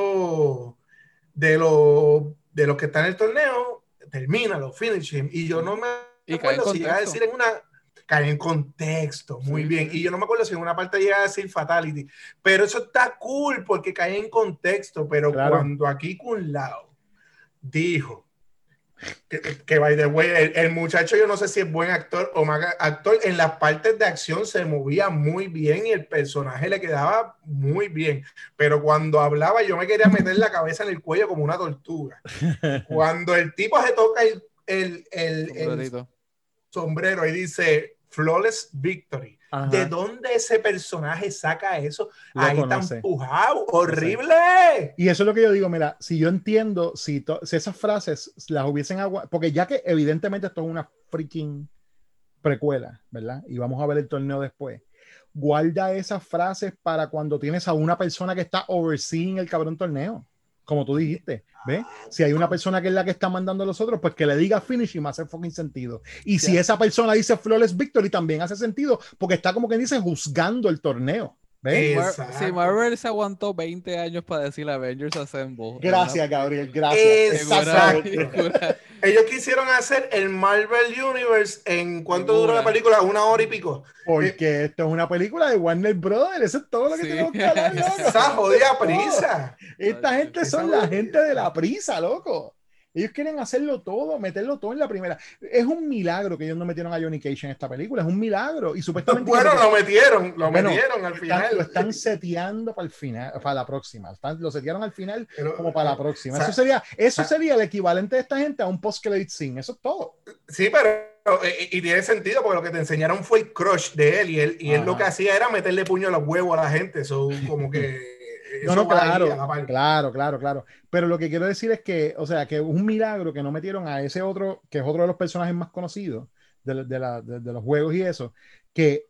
los que está en el torneo, termínalo, finish him. Y yo no me acuerdo si llega a decir cae en contexto, muy bien. Y yo no me acuerdo si en una parte llega a decir fatality, pero eso está cool porque cae en contexto. Pero cuando aquí Kun Lao dijo que by the way, el muchacho, yo no sé si es buen actor o mal actor, en las partes de acción se movía muy bien y el personaje le quedaba muy bien, pero cuando hablaba yo me quería meter la cabeza en el cuello como una tortuga. Cuando el tipo se toca el sombrero y dice flawless victory. Ajá. ¿De dónde ese personaje saca eso? Ahí tan empujado, horrible. Y eso es lo que yo digo, mira, si yo entiendo, si esas frases las hubiesen porque ya que evidentemente esto es una freaking precuela, ¿verdad? Y vamos a ver el torneo después. Guarda esas frases para cuando tienes a una persona que está overseeing el cabrón torneo. Como tú dijiste, ¿ves? Si hay una persona que es la que está mandando a los otros, pues que le diga finish y me hace fucking sentido. Y si esa persona dice flawless victory, también hace sentido, porque está como que dice juzgando el torneo. ¿Ves? Sí, Marvel se aguantó 20 años para decir Avengers Assemble. Gracias, Gabriel, gracias. Exacto. ellos quisieron hacer el Marvel Universe en ¿cuánto dura la película? 1 hora y pico. Porque esto es una película de Warner Brothers, eso es todo lo que tenemos que hablar, loco. Esa jodida prisa. Esta gente son la gente de la prisa, loco. Ellos quieren hacerlo todo, meterlo todo en la primera. Es un milagro que ellos no metieron a Johnny Cage en esta película, es un milagro. Y supuestamente... Bueno, lo metieron al final. Lo están seteando para el final, para la próxima. Lo setearon al final como para la próxima. O sea, eso sería el equivalente de esta gente a un post-credit scene, eso es todo. Sí, pero... Y tiene sentido porque lo que te enseñaron fue el crush de él y él lo que hacía era meterle puño a los huevos a la gente. Eso como que... No, claro. Pero lo que quiero decir es que, o sea, que es un milagro que no metieron a ese otro, que es otro de los personajes más conocidos de los juegos y eso, que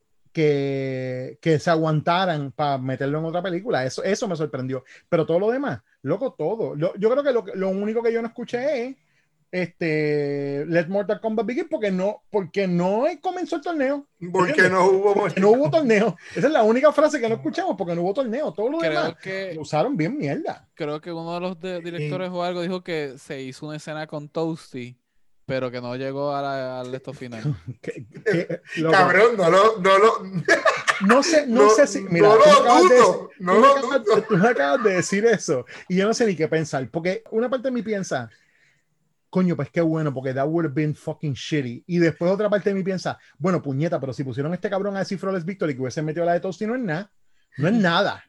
se aguantaran para meterlo en otra película. Eso me sorprendió. Pero todo lo demás, loco, todo. Yo creo que lo único que yo no escuché es Let Mortal Kombat Begin porque no comenzó el torneo. Porque no hubo torneo. Esa es la única frase que no escuchamos porque no hubo torneo. Todo lo demás lo usaron bien mierda. Creo que uno de los directores o algo dijo que se hizo una escena con Toasty, pero que no llegó al esto final. Cabrón, no sé si... Mira, tú me acabas de decir eso y yo no sé ni qué pensar porque una parte de mí piensa... Coño, pues qué bueno, porque that would have been fucking shitty. Y después otra parte de mí piensa, bueno, puñeta, pero si pusieron a este cabrón a decir Flawless Victory que hubiese metido la de Toasty, no es nada. No es nada.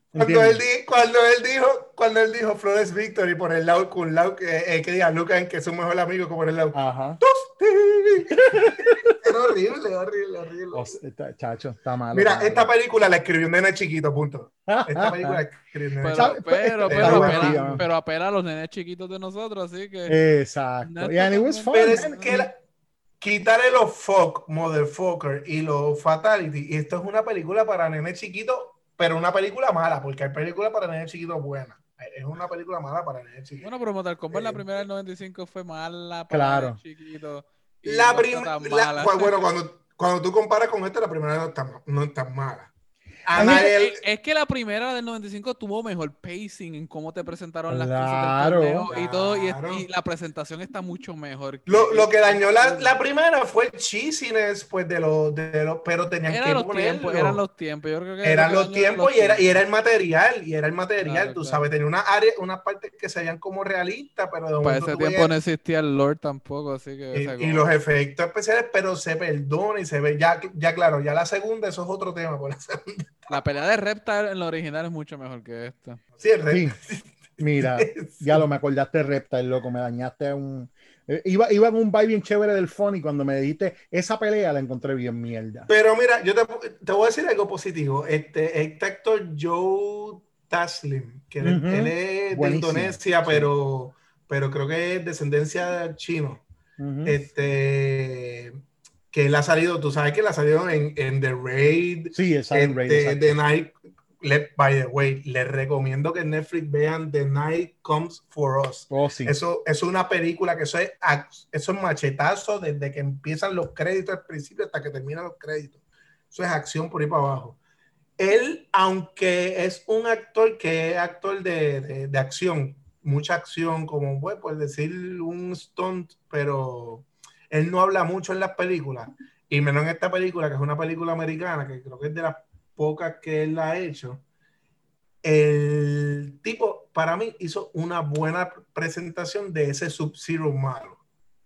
Cuando él dijo Flawless Victory por el lado con lado que diga Lucas que es su mejor amigo como por el lado. Ajá. Toasty. Era horrible. Chacho, está malo. Mira, esta película la escribió un nene chiquito, punto. Esta película la escribió un nene pero apela a los nenes chiquitos de nosotros, así que... Exacto. Y it was fun. Pero es que quitarle los fuck, motherfucker y los fatality, y esto es una película para nenes chiquitos, pero una película mala, porque hay películas para nenes chiquitos buenas. Es una película mala para nenes chiquitos. Bueno, pero Mortal Kombat la primera del 95 fue mala para nenes chiquitos. Bueno, cuando tú comparas con esta, la primera no es tan mala. Es que la primera del 95 tuvo mejor pacing en cómo te presentaron las cosas del torneo y todo, y la presentación está mucho mejor. Lo que dañó la primera fue el cheesiness, pues pero tenían que ponerlo. Eran los tiempos, yo creo que eran los tiempos y era el material, tú sabes, tenía unas partes que se veían como realistas, pero para ese tiempo no existía el lore tampoco, así que... Y los efectos especiales, pero se perdona y se ve, ya claro, ya la segunda, eso es otro tema, por la segunda. La pelea de Reptile en la original es mucho mejor que esta. Sí, Mira, ya me acordaste de Reptile, loco, me dañaste iba en un vibe bien chévere del phone y cuando me dijiste esa pelea la encontré bien mierda. Pero mira, yo te voy a decir algo positivo. Este actor Joe Taslim, que él es de Indonesia, pero creo que es descendencia chino. Que él ha salido, tú sabes que él ha salido en The Raid. Sí, en Raid. The Night, by the way, les recomiendo que en Netflix vean The Night Comes for Us. Oh, sí. Eso es una película que eso es machetazo desde que empiezan los créditos al principio hasta que terminan los créditos. Eso es acción por ahí para abajo. Él, aunque es un actor que es actor de acción, mucha acción, como puedes decir un stunt, pero... Él no habla mucho en las películas, y menos en esta película, que es una película americana, que creo que es de las pocas que él ha hecho. El tipo, para mí, hizo una buena presentación de ese Sub-Zero malo.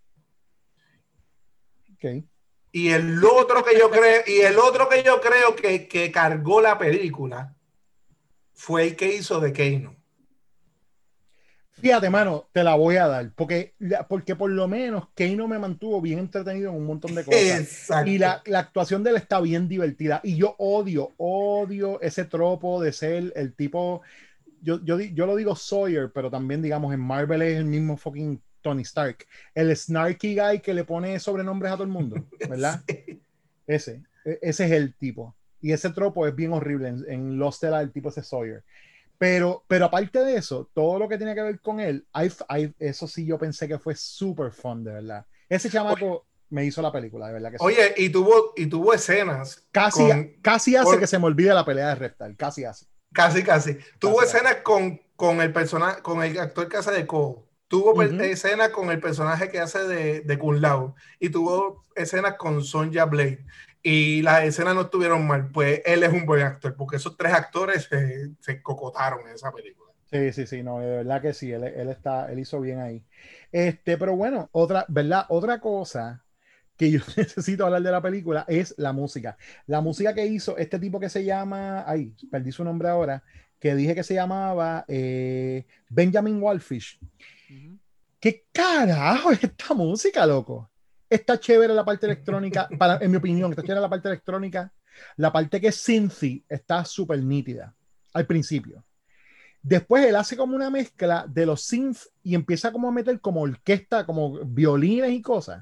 Okay. Y el otro que yo creo que cargó la película fue el que hizo de Kano. Fíjate, mano, te la voy a dar, porque por lo menos Kano me mantuvo bien entretenido en un montón de cosas. Exacto. Y la actuación de él está bien divertida. Y yo odio ese tropo de ser el tipo, yo lo digo Sawyer, pero también, digamos, en Marvel es el mismo fucking Tony Stark. El snarky guy que le pone sobrenombres a todo el mundo, ¿verdad? Sí. Ese es el tipo. Y ese tropo es bien horrible. En Lost, el tipo ese Sawyer. Pero aparte de eso, todo lo que tiene que ver con él, eso sí yo pensé que fue súper fun, de verdad. Ese chamaco me hizo la película, de verdad que sí. Oye, y tuvo escenas. Casi hace que se me olvide la pelea de Reptile, casi hace. Casi. Tuvo escenas con el personaje, con el actor que hace de Cole. tuvo escenas con el personaje que hace de Kung Lao y tuvo escenas con Sonya Blade y las escenas no estuvieron mal, pues él es un buen actor, porque esos tres actores se cocotaron en esa película. Sí, no, de verdad que sí, él hizo bien ahí. Pero bueno, otra cosa que yo necesito hablar de la película es la música. La música que hizo este tipo que se llama, perdí su nombre ahora, que dije que se llamaba Benjamin Wallfish. ¿Qué carajo es esta música, loco? Está chévere la parte electrónica, en mi opinión, está chévere la parte electrónica. La parte que es synthy está súper nítida al principio. Después él hace como una mezcla de los synths y empieza como a meter como orquesta, como violines y cosas.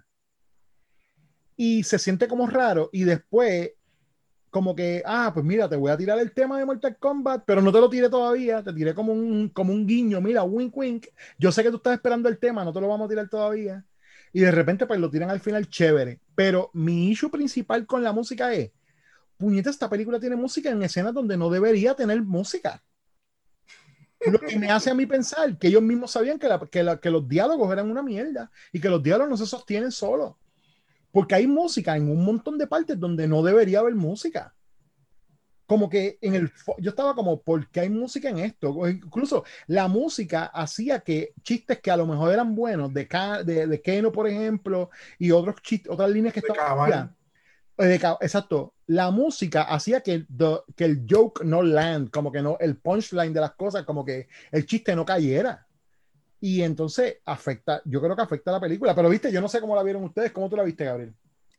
Y se siente como raro y después como que, pues mira, te voy a tirar el tema de Mortal Kombat, pero no te lo tiré todavía, te tiré como un guiño, mira, wink wink, yo sé que tú estás esperando el tema, no te lo vamos a tirar todavía, y de repente pues lo tiran al final chévere, pero mi issue principal con la música es, puñeta, esta película tiene música en escenas donde no debería tener música. Lo que me hace a mí pensar que ellos mismos sabían que los diálogos eran una mierda y que los diálogos no se sostienen solos. Porque hay música en un montón de partes donde no debería haber música. Como que yo estaba como, ¿por qué hay música en esto? O incluso la música hacía que chistes que a lo mejor eran buenos, de Keno, por ejemplo, y otros chistes, otras líneas que estaban. Exacto. La música hacía que el joke no land, como que no, el punchline de las cosas, como que el chiste no cayera. Y entonces yo creo que afecta a la película. Pero viste, yo no sé cómo la vieron ustedes. ¿Cómo tú la viste, Gabriel?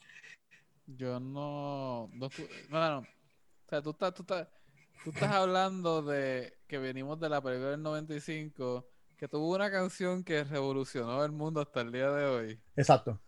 Yo no bueno, o sea, tú estás hablando de que venimos de la película del 95, que tuvo una canción que revolucionó el mundo hasta el día de hoy. Exacto.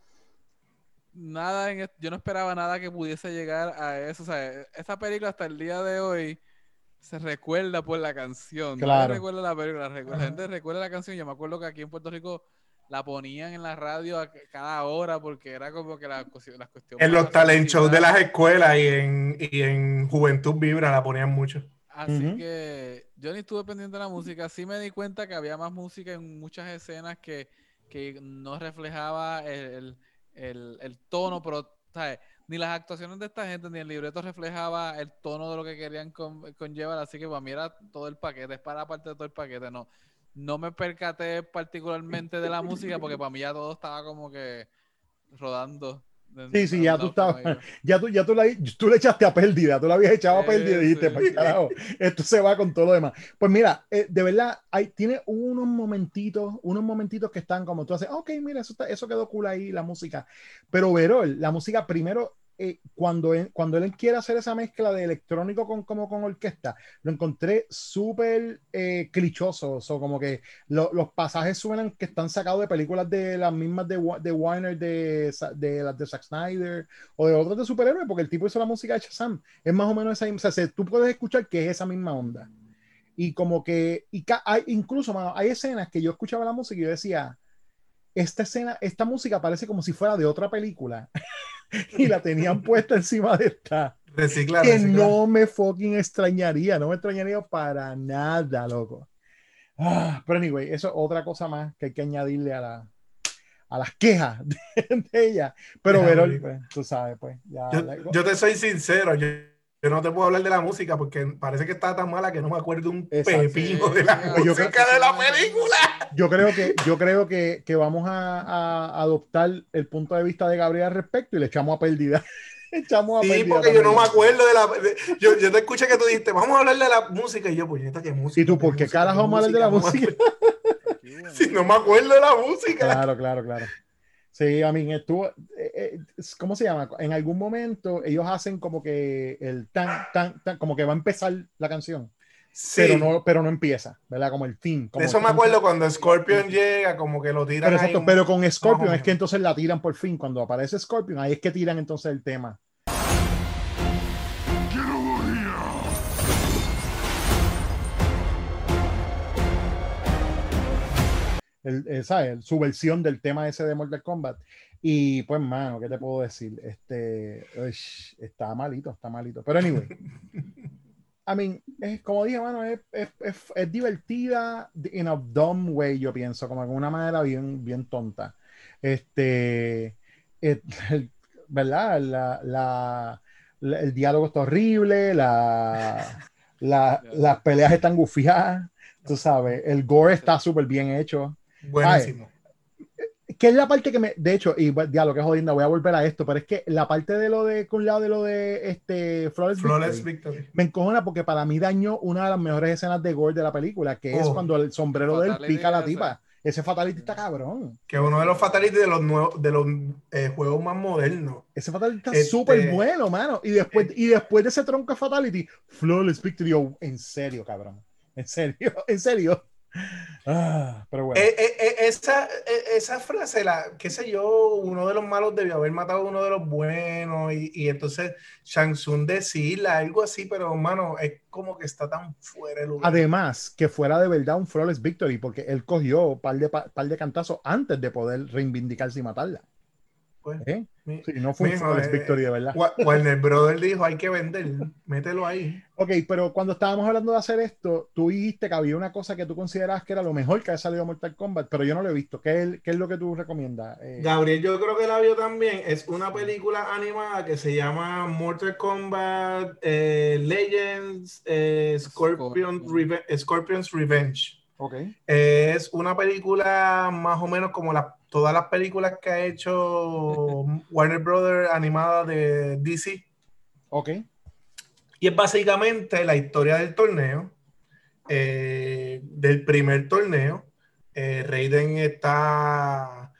Yo no esperaba nada que pudiese llegar a eso. O sea, esta película hasta el día de hoy se recuerda por la canción. Claro. Nadie recuerda la película, la gente recuerda la canción. Yo me acuerdo que aquí en Puerto Rico la ponían en la radio cada hora porque era como que las cuestiones. En los talent shows de las escuelas y en Juventud Vibra la ponían mucho. Así que yo ni estuve pendiente de la música. Sí me di cuenta que había más música en muchas escenas que no reflejaba el tono, pero ¿sabes? Ni las actuaciones de esta gente ni el libreto reflejaba el tono de lo que querían conllevar, así que para mí era todo el paquete, es para parte de todo el paquete. No me percaté particularmente de la música porque para mí ya todo estaba como que rodando. Sí, ya tú estabas, tú le echaste a pérdida, tú la habías echado a pérdida y dijiste, pues carajo, esto se va con todo lo demás. Pues mira, de verdad, tiene unos momentitos que están como tú haces, ok, mira, eso quedó cool ahí, la música. Pero Verol, la música primero, cuando él quiere hacer esa mezcla de electrónico como con orquesta, lo encontré súper clichoso, o como que los pasajes suenan que están sacados de películas de las mismas de Warner, de las de Zack Snyder o de otros de superhéroes, porque el tipo hizo la música de Shazam, es más o menos esa, o sea, tú puedes escuchar que es esa misma onda, y como que incluso, mano, hay escenas que yo escuchaba la música y yo decía, esta música parece como si fuera de otra película y la tenían puesta encima de esta. Reciclar. No me fucking extrañaría, no me extrañaría para nada, loco. Pero anyway, eso es otra cosa más que hay que añadirle a las quejas de ella. Pero Verol, pues, tú sabes, pues. Yo te soy sincero, yo no te puedo hablar de la música porque parece que está tan mala que no me acuerdo un pepino de la música de la película. Yo creo que vamos a adoptar el punto de vista de Gabriel al respecto y le echamos a pérdida. Sí, porque yo no me acuerdo yo te escuché que tú dijiste, vamos a hablar de la música, y yo, pues, ¿qué música? ¿Y tú por qué carajo vamos a hablar de la música? Si no me acuerdo de la música. Claro. Sí, a mí estuvo, ¿cómo se llama? En algún momento ellos hacen como que el tan, como que va a empezar la canción. Sí. Pero no empieza, ¿verdad? Como el theme. De eso me acuerdo cuando Scorpion llega, como que lo tiran. Pero exacto, pero con Scorpion es que entonces la tiran por fin. Cuando aparece Scorpion, ahí es que tiran entonces el tema. ¿Sabes? Su versión del tema ese de Mortal Kombat. Y pues, mano, ¿qué te puedo decir? Está malito. Pero anyway. I mean, como dije, mano, es divertida in a dumb way, yo pienso, como de una manera bien tonta. Este, eh, ¿Verdad? El diálogo está horrible, las peleas están gufiadas, tú sabes, el gore está súper bien hecho. Buenísimo. Que es la parte que de hecho, y ya lo que es jodiendo, voy a volver a esto, pero es que la parte de lo de, con lado de lo de Flawless Victory, me encojona porque para mí dañó una de las mejores escenas de gore de la película, que es cuando el sombrero de él pica a la tipa. Ese fatality está cabrón. Que uno de los fatalities de los nuevos, de los juegos más modernos. Ese fatality está súper bueno, mano. Y después de ese tronco de fatality, Flawless Victory, en serio, cabrón. En serio. Pero bueno. Esa frase, qué sé yo, uno de los malos debió haber matado a uno de los buenos y entonces Shang Tsung decirla, algo así, pero hermano, es como que está tan fuera de lugar. Además, que fuera de verdad un flawless victory, porque él cogió un par de cantazos antes de poder reivindicarse y matarla. Pues, sí, no fue un flawless victory de verdad. Warner Brothers dijo, hay que vender, mételo ahí. Ok, pero cuando estábamos hablando de hacer esto, tú dijiste que había una cosa que tú considerabas que era lo mejor que había salido de Mortal Kombat, pero yo no lo he visto. ¿Qué es lo que tú recomiendas? Gabriel, yo creo que la vio también. Es una película animada que se llama Mortal Kombat Legends Scorpion's Revenge. Okay. Es una película más o menos como todas las películas que ha hecho Warner Brothers animada de DC. Ok. Y es básicamente la historia del torneo, del primer torneo. Raiden está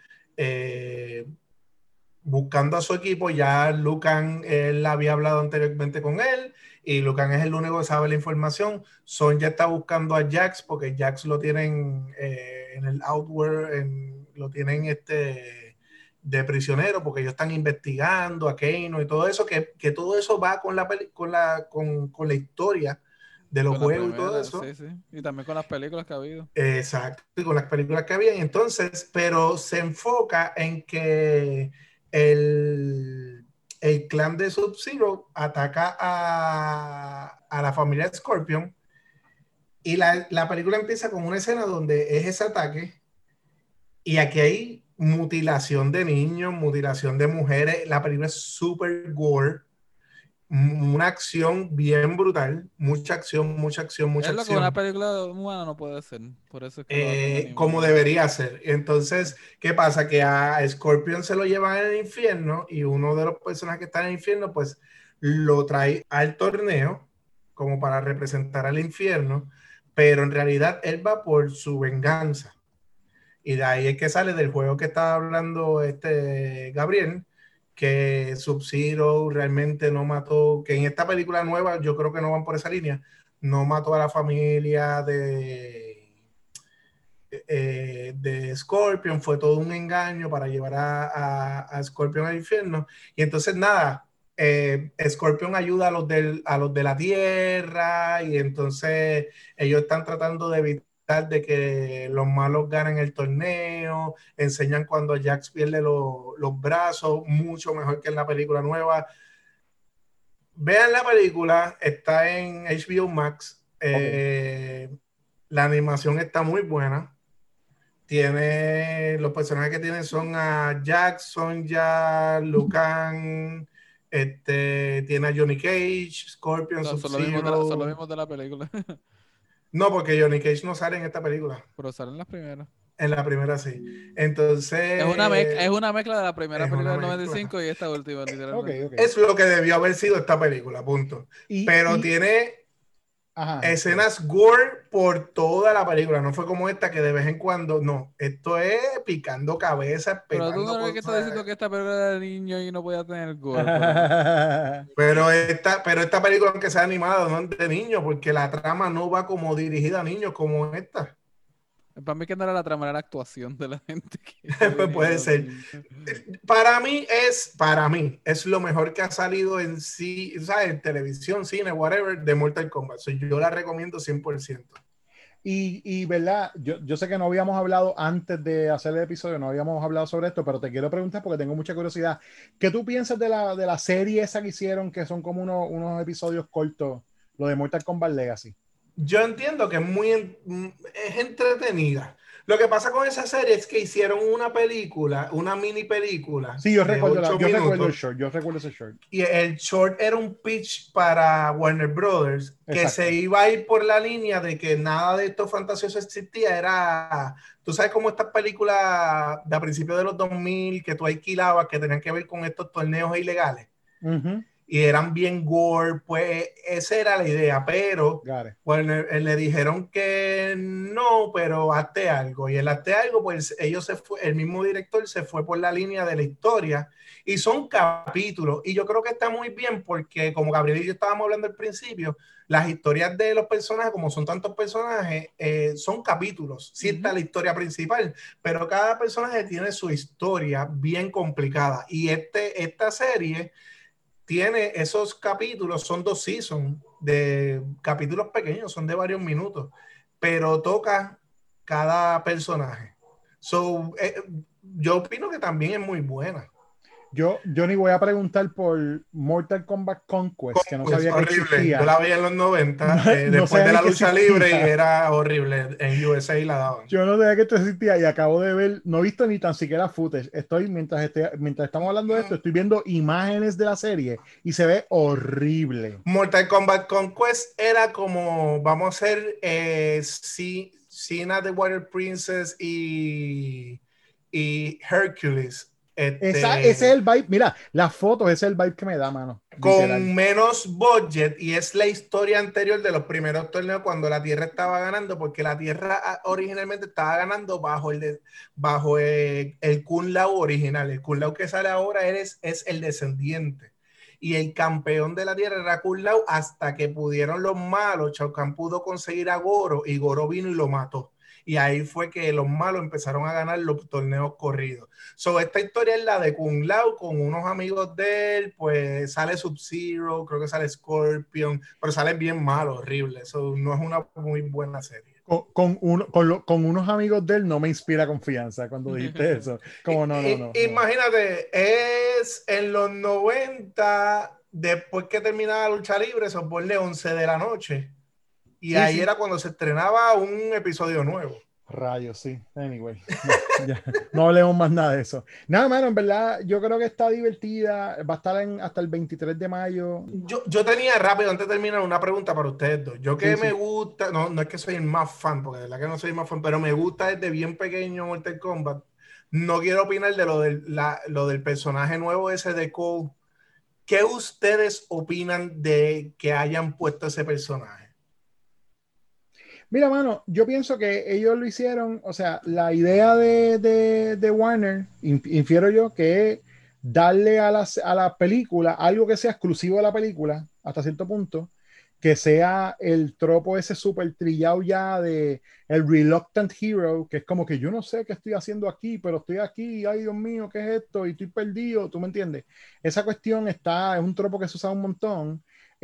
buscando a su equipo. Ya Lucan, él había hablado anteriormente con él y Lucan es el único que sabe la información. Son ya está buscando a Jax porque Jax lo tienen en el Outworld, lo tienen de prisionero porque ellos están investigando a Kano y todo eso, que todo eso va con la historia de los juegos y todo eso. Sí. Y también con las películas que ha habido. Exacto, y con las películas que había. Entonces, pero se enfoca en que el clan de Sub-Zero ataca a la familia Scorpion y la película empieza con una escena donde es ese ataque y aquí hay mutilación de niños, mutilación de mujeres. La película es súper gore. Una acción bien brutal, mucha acción. Es lo que una película humana no puede ser, por eso es que como debería ser. Entonces, ¿qué pasa? Que a Scorpion se lo llevan al infierno y uno de los personajes que está en el infierno, pues lo trae al torneo como para representar al infierno, pero en realidad él va por su venganza. Y de ahí es que sale del juego que estaba hablando Gabriel, que Sub-Zero realmente no mató, que en esta película nueva yo creo que no van por esa línea, no mató a la familia de Scorpion, fue todo un engaño para llevar a Scorpion al infierno. Y entonces nada, Scorpion ayuda a los de la Tierra y entonces ellos están tratando de evitar de que los malos ganen el torneo, enseñan cuando Jax pierde los brazos, mucho mejor que en la película nueva. Vean la película, está en HBO Max. La animación está muy buena. Los personajes que tienen son a Jax, Sonja, Lucan, tiene a Johnny Cage, Scorpion, Sub-Zero. Son los mismos de la película. No, porque Johnny Cage no sale en esta película. Pero salen las primeras. En la primera sí. Entonces... Es una mezcla de la primera película del 95 y esta última, literalmente. Okay. Es lo que debió haber sido esta película, punto. Pero tiene escenas gore por toda la película. No fue como esta que de vez en cuando... No, esto es picando cabezas, pero tú no ves que estás diciendo que esta película era de niño y no podía tener gore. pero esta película, aunque sea animada, no es de niños, porque la trama no va como dirigida a niños como esta. Para mí que no era la trama, era la actuación de la gente. Puede ser. Para mí es lo mejor que ha salido en sí, ¿sabes? En televisión, cine, whatever, de Mortal Kombat. Yo la recomiendo 100%. Y verdad, yo sé que no habíamos hablado antes de hacer el episodio, no habíamos hablado sobre esto, pero te quiero preguntar porque tengo mucha curiosidad. ¿Qué tú piensas de la serie esa que hicieron, que son como unos episodios cortos lo de Mortal Kombat Legacy. Yo entiendo que es entretenida. Lo que pasa con esa serie es que hicieron una película, una mini película. Sí, yo de recuerdo 8 el minutos, short, yo recuerdo ese short. y el short era un pitch para Warner Brothers, que Exacto. se iba a ir por la línea de que nada de esto fantasioso existía. Era, tú sabes cómo estas películas de a principios de los 2000 que tú alquilabas, que tenían que ver con estos torneos ilegales. Uh-huh. Y eran bien gore, pues esa era la idea, pero bueno, le dijeron que no, pero hazte algo, y el hazte algo, pues el mismo director se fue por la línea de la historia, y son capítulos, y yo creo que está muy bien, porque como Gabriel y yo estábamos hablando al principio, las historias de los personajes, como son tantos personajes, son capítulos, sí está la historia principal, pero cada personaje tiene su historia bien complicada, y esta serie tiene esos capítulos, son 2 seasons de capítulos pequeños, son de varios minutos, pero toca cada personaje. Yo opino que también es muy buena. Yo ni voy a preguntar por Mortal Kombat Conquest, que no sabía que existía. Yo la veía en los 90, después de la lucha libre, y era horrible. En USA la daban. Yo no sabía que esto existía y acabo de ver, no he visto ni tan siquiera footage. Mientras estamos hablando de esto, estoy viendo imágenes de la serie y se ve horrible. Mortal Kombat Conquest era como, vamos a hacer, Cena the Warrior Princess y Hercules. Ese es el vibe, mira, las fotos, ese es el vibe que me da, mano. Con menos budget, y es la historia anterior de los primeros torneos cuando la Tierra estaba ganando, porque la Tierra originalmente estaba ganando bajo el Kung Lao original. El Kung Lao que sale ahora es el descendiente. Y el campeón de la Tierra era Kung Lao, hasta que pudieron los malos. Shao Kahn pudo conseguir a Goro, y Goro vino y lo mató. Y ahí fue que los malos empezaron a ganar los torneos corridos. Esta historia es la de Kung Lao con unos amigos de él, pues sale Sub-Zero, creo que sale Scorpion, pero salen bien malos, horribles. No es una muy buena serie. Con unos amigos de él no me inspira confianza cuando dijiste eso. Como no. Imagínate, es en los 90, después que terminaba la lucha libre, eso ponle 11 de la noche. Y ahí era cuando se estrenaba un episodio nuevo. Rayos, sí. Anyway, no hablemos más nada de eso. Nada, mano, en verdad, yo creo que está divertida. Va a estar hasta el 23 de mayo. Yo tenía rápido, antes de terminar, una pregunta para ustedes dos. Yo que me gusta, no es que soy el más fan, porque de verdad que no soy el más fan, pero me gusta desde bien pequeño Mortal Kombat. No quiero opinar de lo del personaje nuevo ese de Cole. ¿Qué ustedes opinan de que hayan puesto ese personaje? Mira, mano, yo pienso que ellos lo hicieron, o sea, la idea de Warner, infiero yo, que es darle a la película algo que sea exclusivo de la película, hasta cierto punto, que sea el tropo ese súper trillado ya de el reluctant hero, que es como que yo no sé qué estoy haciendo aquí, pero estoy aquí, ay Dios mío, ¿qué es esto? Y estoy perdido, ¿tú me entiendes? Esa cuestión es un tropo que se usa un montón.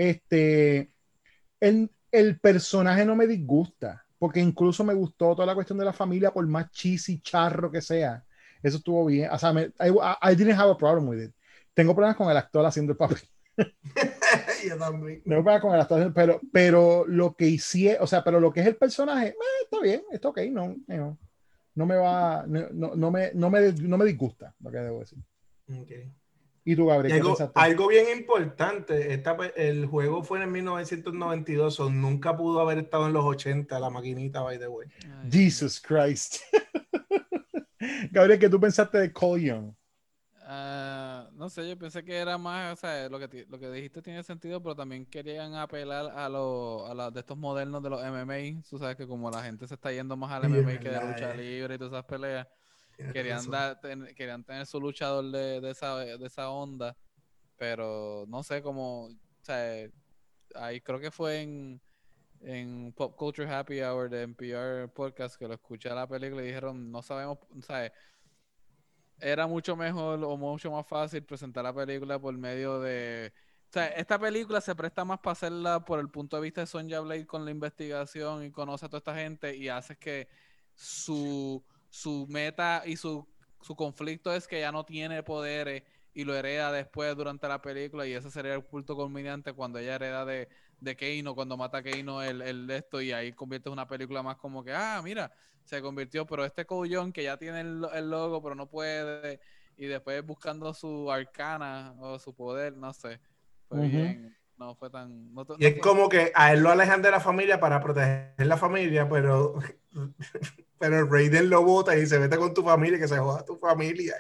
El personaje no me disgusta, porque incluso me gustó toda la cuestión de la familia, por más cheesy, charro que sea. Eso estuvo bien. O sea, I didn't have a problem with it. Tengo problemas con el actor haciendo el papel. Yo también. Tengo problemas con el actor, pero lo que hicieron, o sea, pero lo que es el personaje, está bien, está ok, no me va, no me disgusta, lo que debo decir. Okay. ¿Y tú, Gabriel? Algo bien importante, el juego fue en 1992, nunca pudo haber estado en los 80, la maquinita, by the way. Jesus Christ. Gabriel, ¿qué tú pensaste de Cole Young? No sé, yo pensé que era más, o sea, lo que dijiste tiene sentido, pero también querían apelar a los de estos modernos de los MMA. Tú sabes que como la gente se está yendo más al MMA que de lucha libre y todas esas peleas, querían tener su luchador de esa onda, pero no sé cómo, o sea, ahí creo que fue en Pop Culture Happy Hour de NPR Podcast que lo escuché a la película y dijeron, no sabemos, o sea, era mucho mejor o mucho más fácil presentar la película por medio de... O sea, esta película se presta más para hacerla por el punto de vista de Sonya Blade con la investigación y conoce a toda esta gente y hace que su meta y su conflicto es que ya no tiene poderes y lo hereda después durante la película, y ese sería el punto culminante cuando ella hereda de Kano, cuando mata a Kano el de esto, y ahí convierte en una película más como que, mira, se convirtió, pero este Cole que ya tiene el logo, pero no puede, y después buscando su arcana o su poder, no sé, fue bien, no fue tan... Y es como que a él lo alejan de la familia para proteger la familia, pero Raiden lo bota y se mete con tu familia, que se joda tu familia.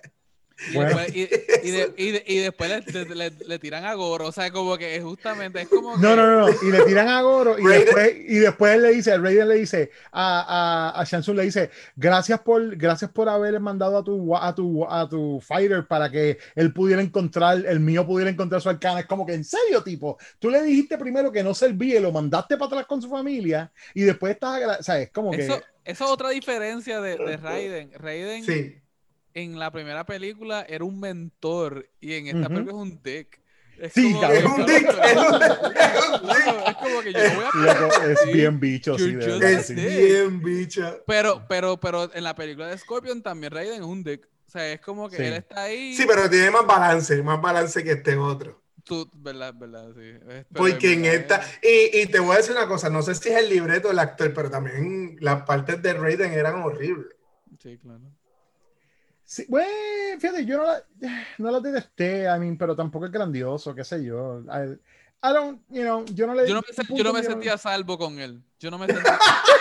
Y después le tiran a Goro, o sea, como que justamente es como que... No, y le tiran a Goro y después Raiden le dice a Shang Tsung, le dice, gracias por haber mandado a tu fighter para que él pudiera el mío pudiera encontrar su arcana. Es como que, en serio, tipo, tú le dijiste primero que no servía y lo mandaste para atrás con su familia y después estás, o sea, es como eso, que... Eso es otra diferencia de Raiden. Sí. En la primera película era un mentor y en esta película es un dick. Es sí, como es un dick. Es como que yo no voy a es bien bicho, sí, de verdad, es bien bicho. Pero en la película de Scorpion también Raiden es un dick. O sea, es como que él está ahí. Sí, pero tiene más balance que este otro. Verdad, sí. Porque en esta, y te voy a decir una cosa, no sé si es el libreto del actor, pero también las partes de Raiden eran horribles. Sí, claro. Sí, bueno, fíjate, yo no la detesté, pero tampoco es grandioso, qué sé yo. I don't, yo no me sentía salvo con él. Yo no me sentía...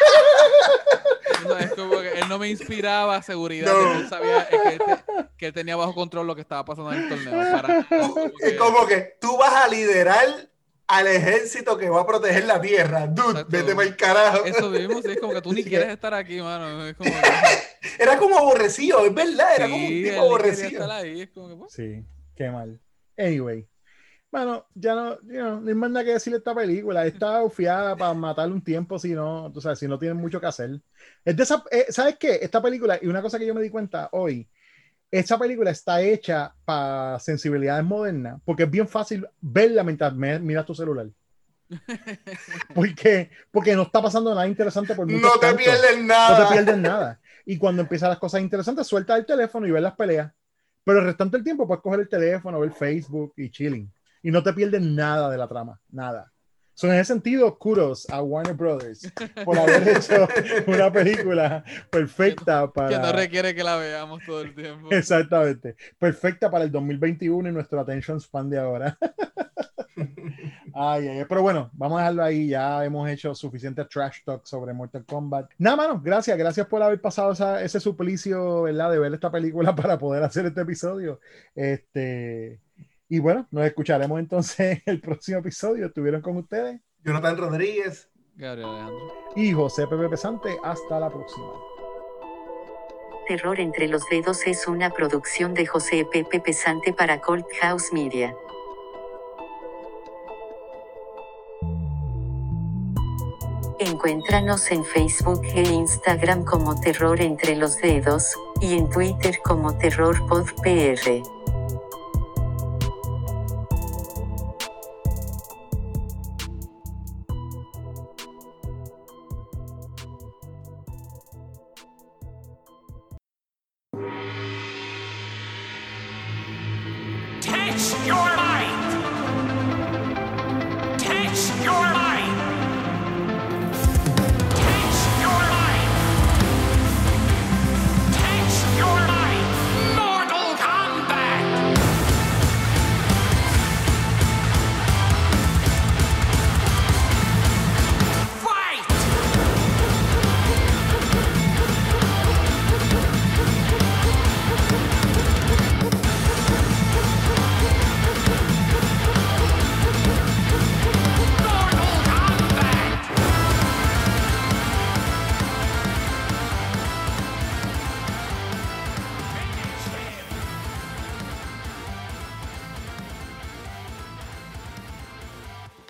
es como que él no me inspiraba seguridad de que él sabía que él tenía bajo control lo que estaba pasando en el torneo. Es como que tú vas a liderar al ejército que va a proteger la tierra. Dude, exacto. Vete para el carajo. Eso mismo, sí, es como que tú ni quieres estar aquí, mano. Es como que... Era como aborrecido, es verdad, era como un tipo aborrecido. Estar ahí, es como que, pues... Sí, qué mal. Anyway, bueno, ya no hay más nada que decirle a esta película. Está ofiada para matarle un tiempo si no tienen mucho que hacer. Es de esa, ¿sabes qué? Esta película, y una cosa que yo me di cuenta hoy, esta película está hecha para sensibilidades modernas, porque es bien fácil verla mientras miras tu celular. Porque no está pasando nada interesante por mucho tiempo. No te pierdes nada. Y cuando empiezan las cosas interesantes, suelta el teléfono y ves las peleas. Pero el restante del tiempo puedes coger el teléfono, ver Facebook y chilling. Y no te pierdes nada de la trama. Nada. So, en ese sentido, kudos a Warner Brothers por haber hecho una película perfecta para... Que no requiere que la veamos todo el tiempo. Exactamente. Perfecta para el 2021 y nuestro attention span de ahora. Pero bueno, vamos a dejarlo ahí. Ya hemos hecho suficiente trash talk sobre Mortal Kombat. Nada, mano, gracias por haber pasado ese suplicio, ¿verdad? De ver esta película para poder hacer este episodio. Y bueno, nos escucharemos entonces en el próximo episodio. Estuvieron con ustedes Jonathan Rodríguez, Gabriel Alejandro y José Pepe Pesante. Hasta la próxima. Terror entre los dedos es una producción de José Pepe Pesante para Cold House Media. Encuéntranos en Facebook e Instagram como Terror entre los dedos, y en Twitter como TerrorPodPR. Test your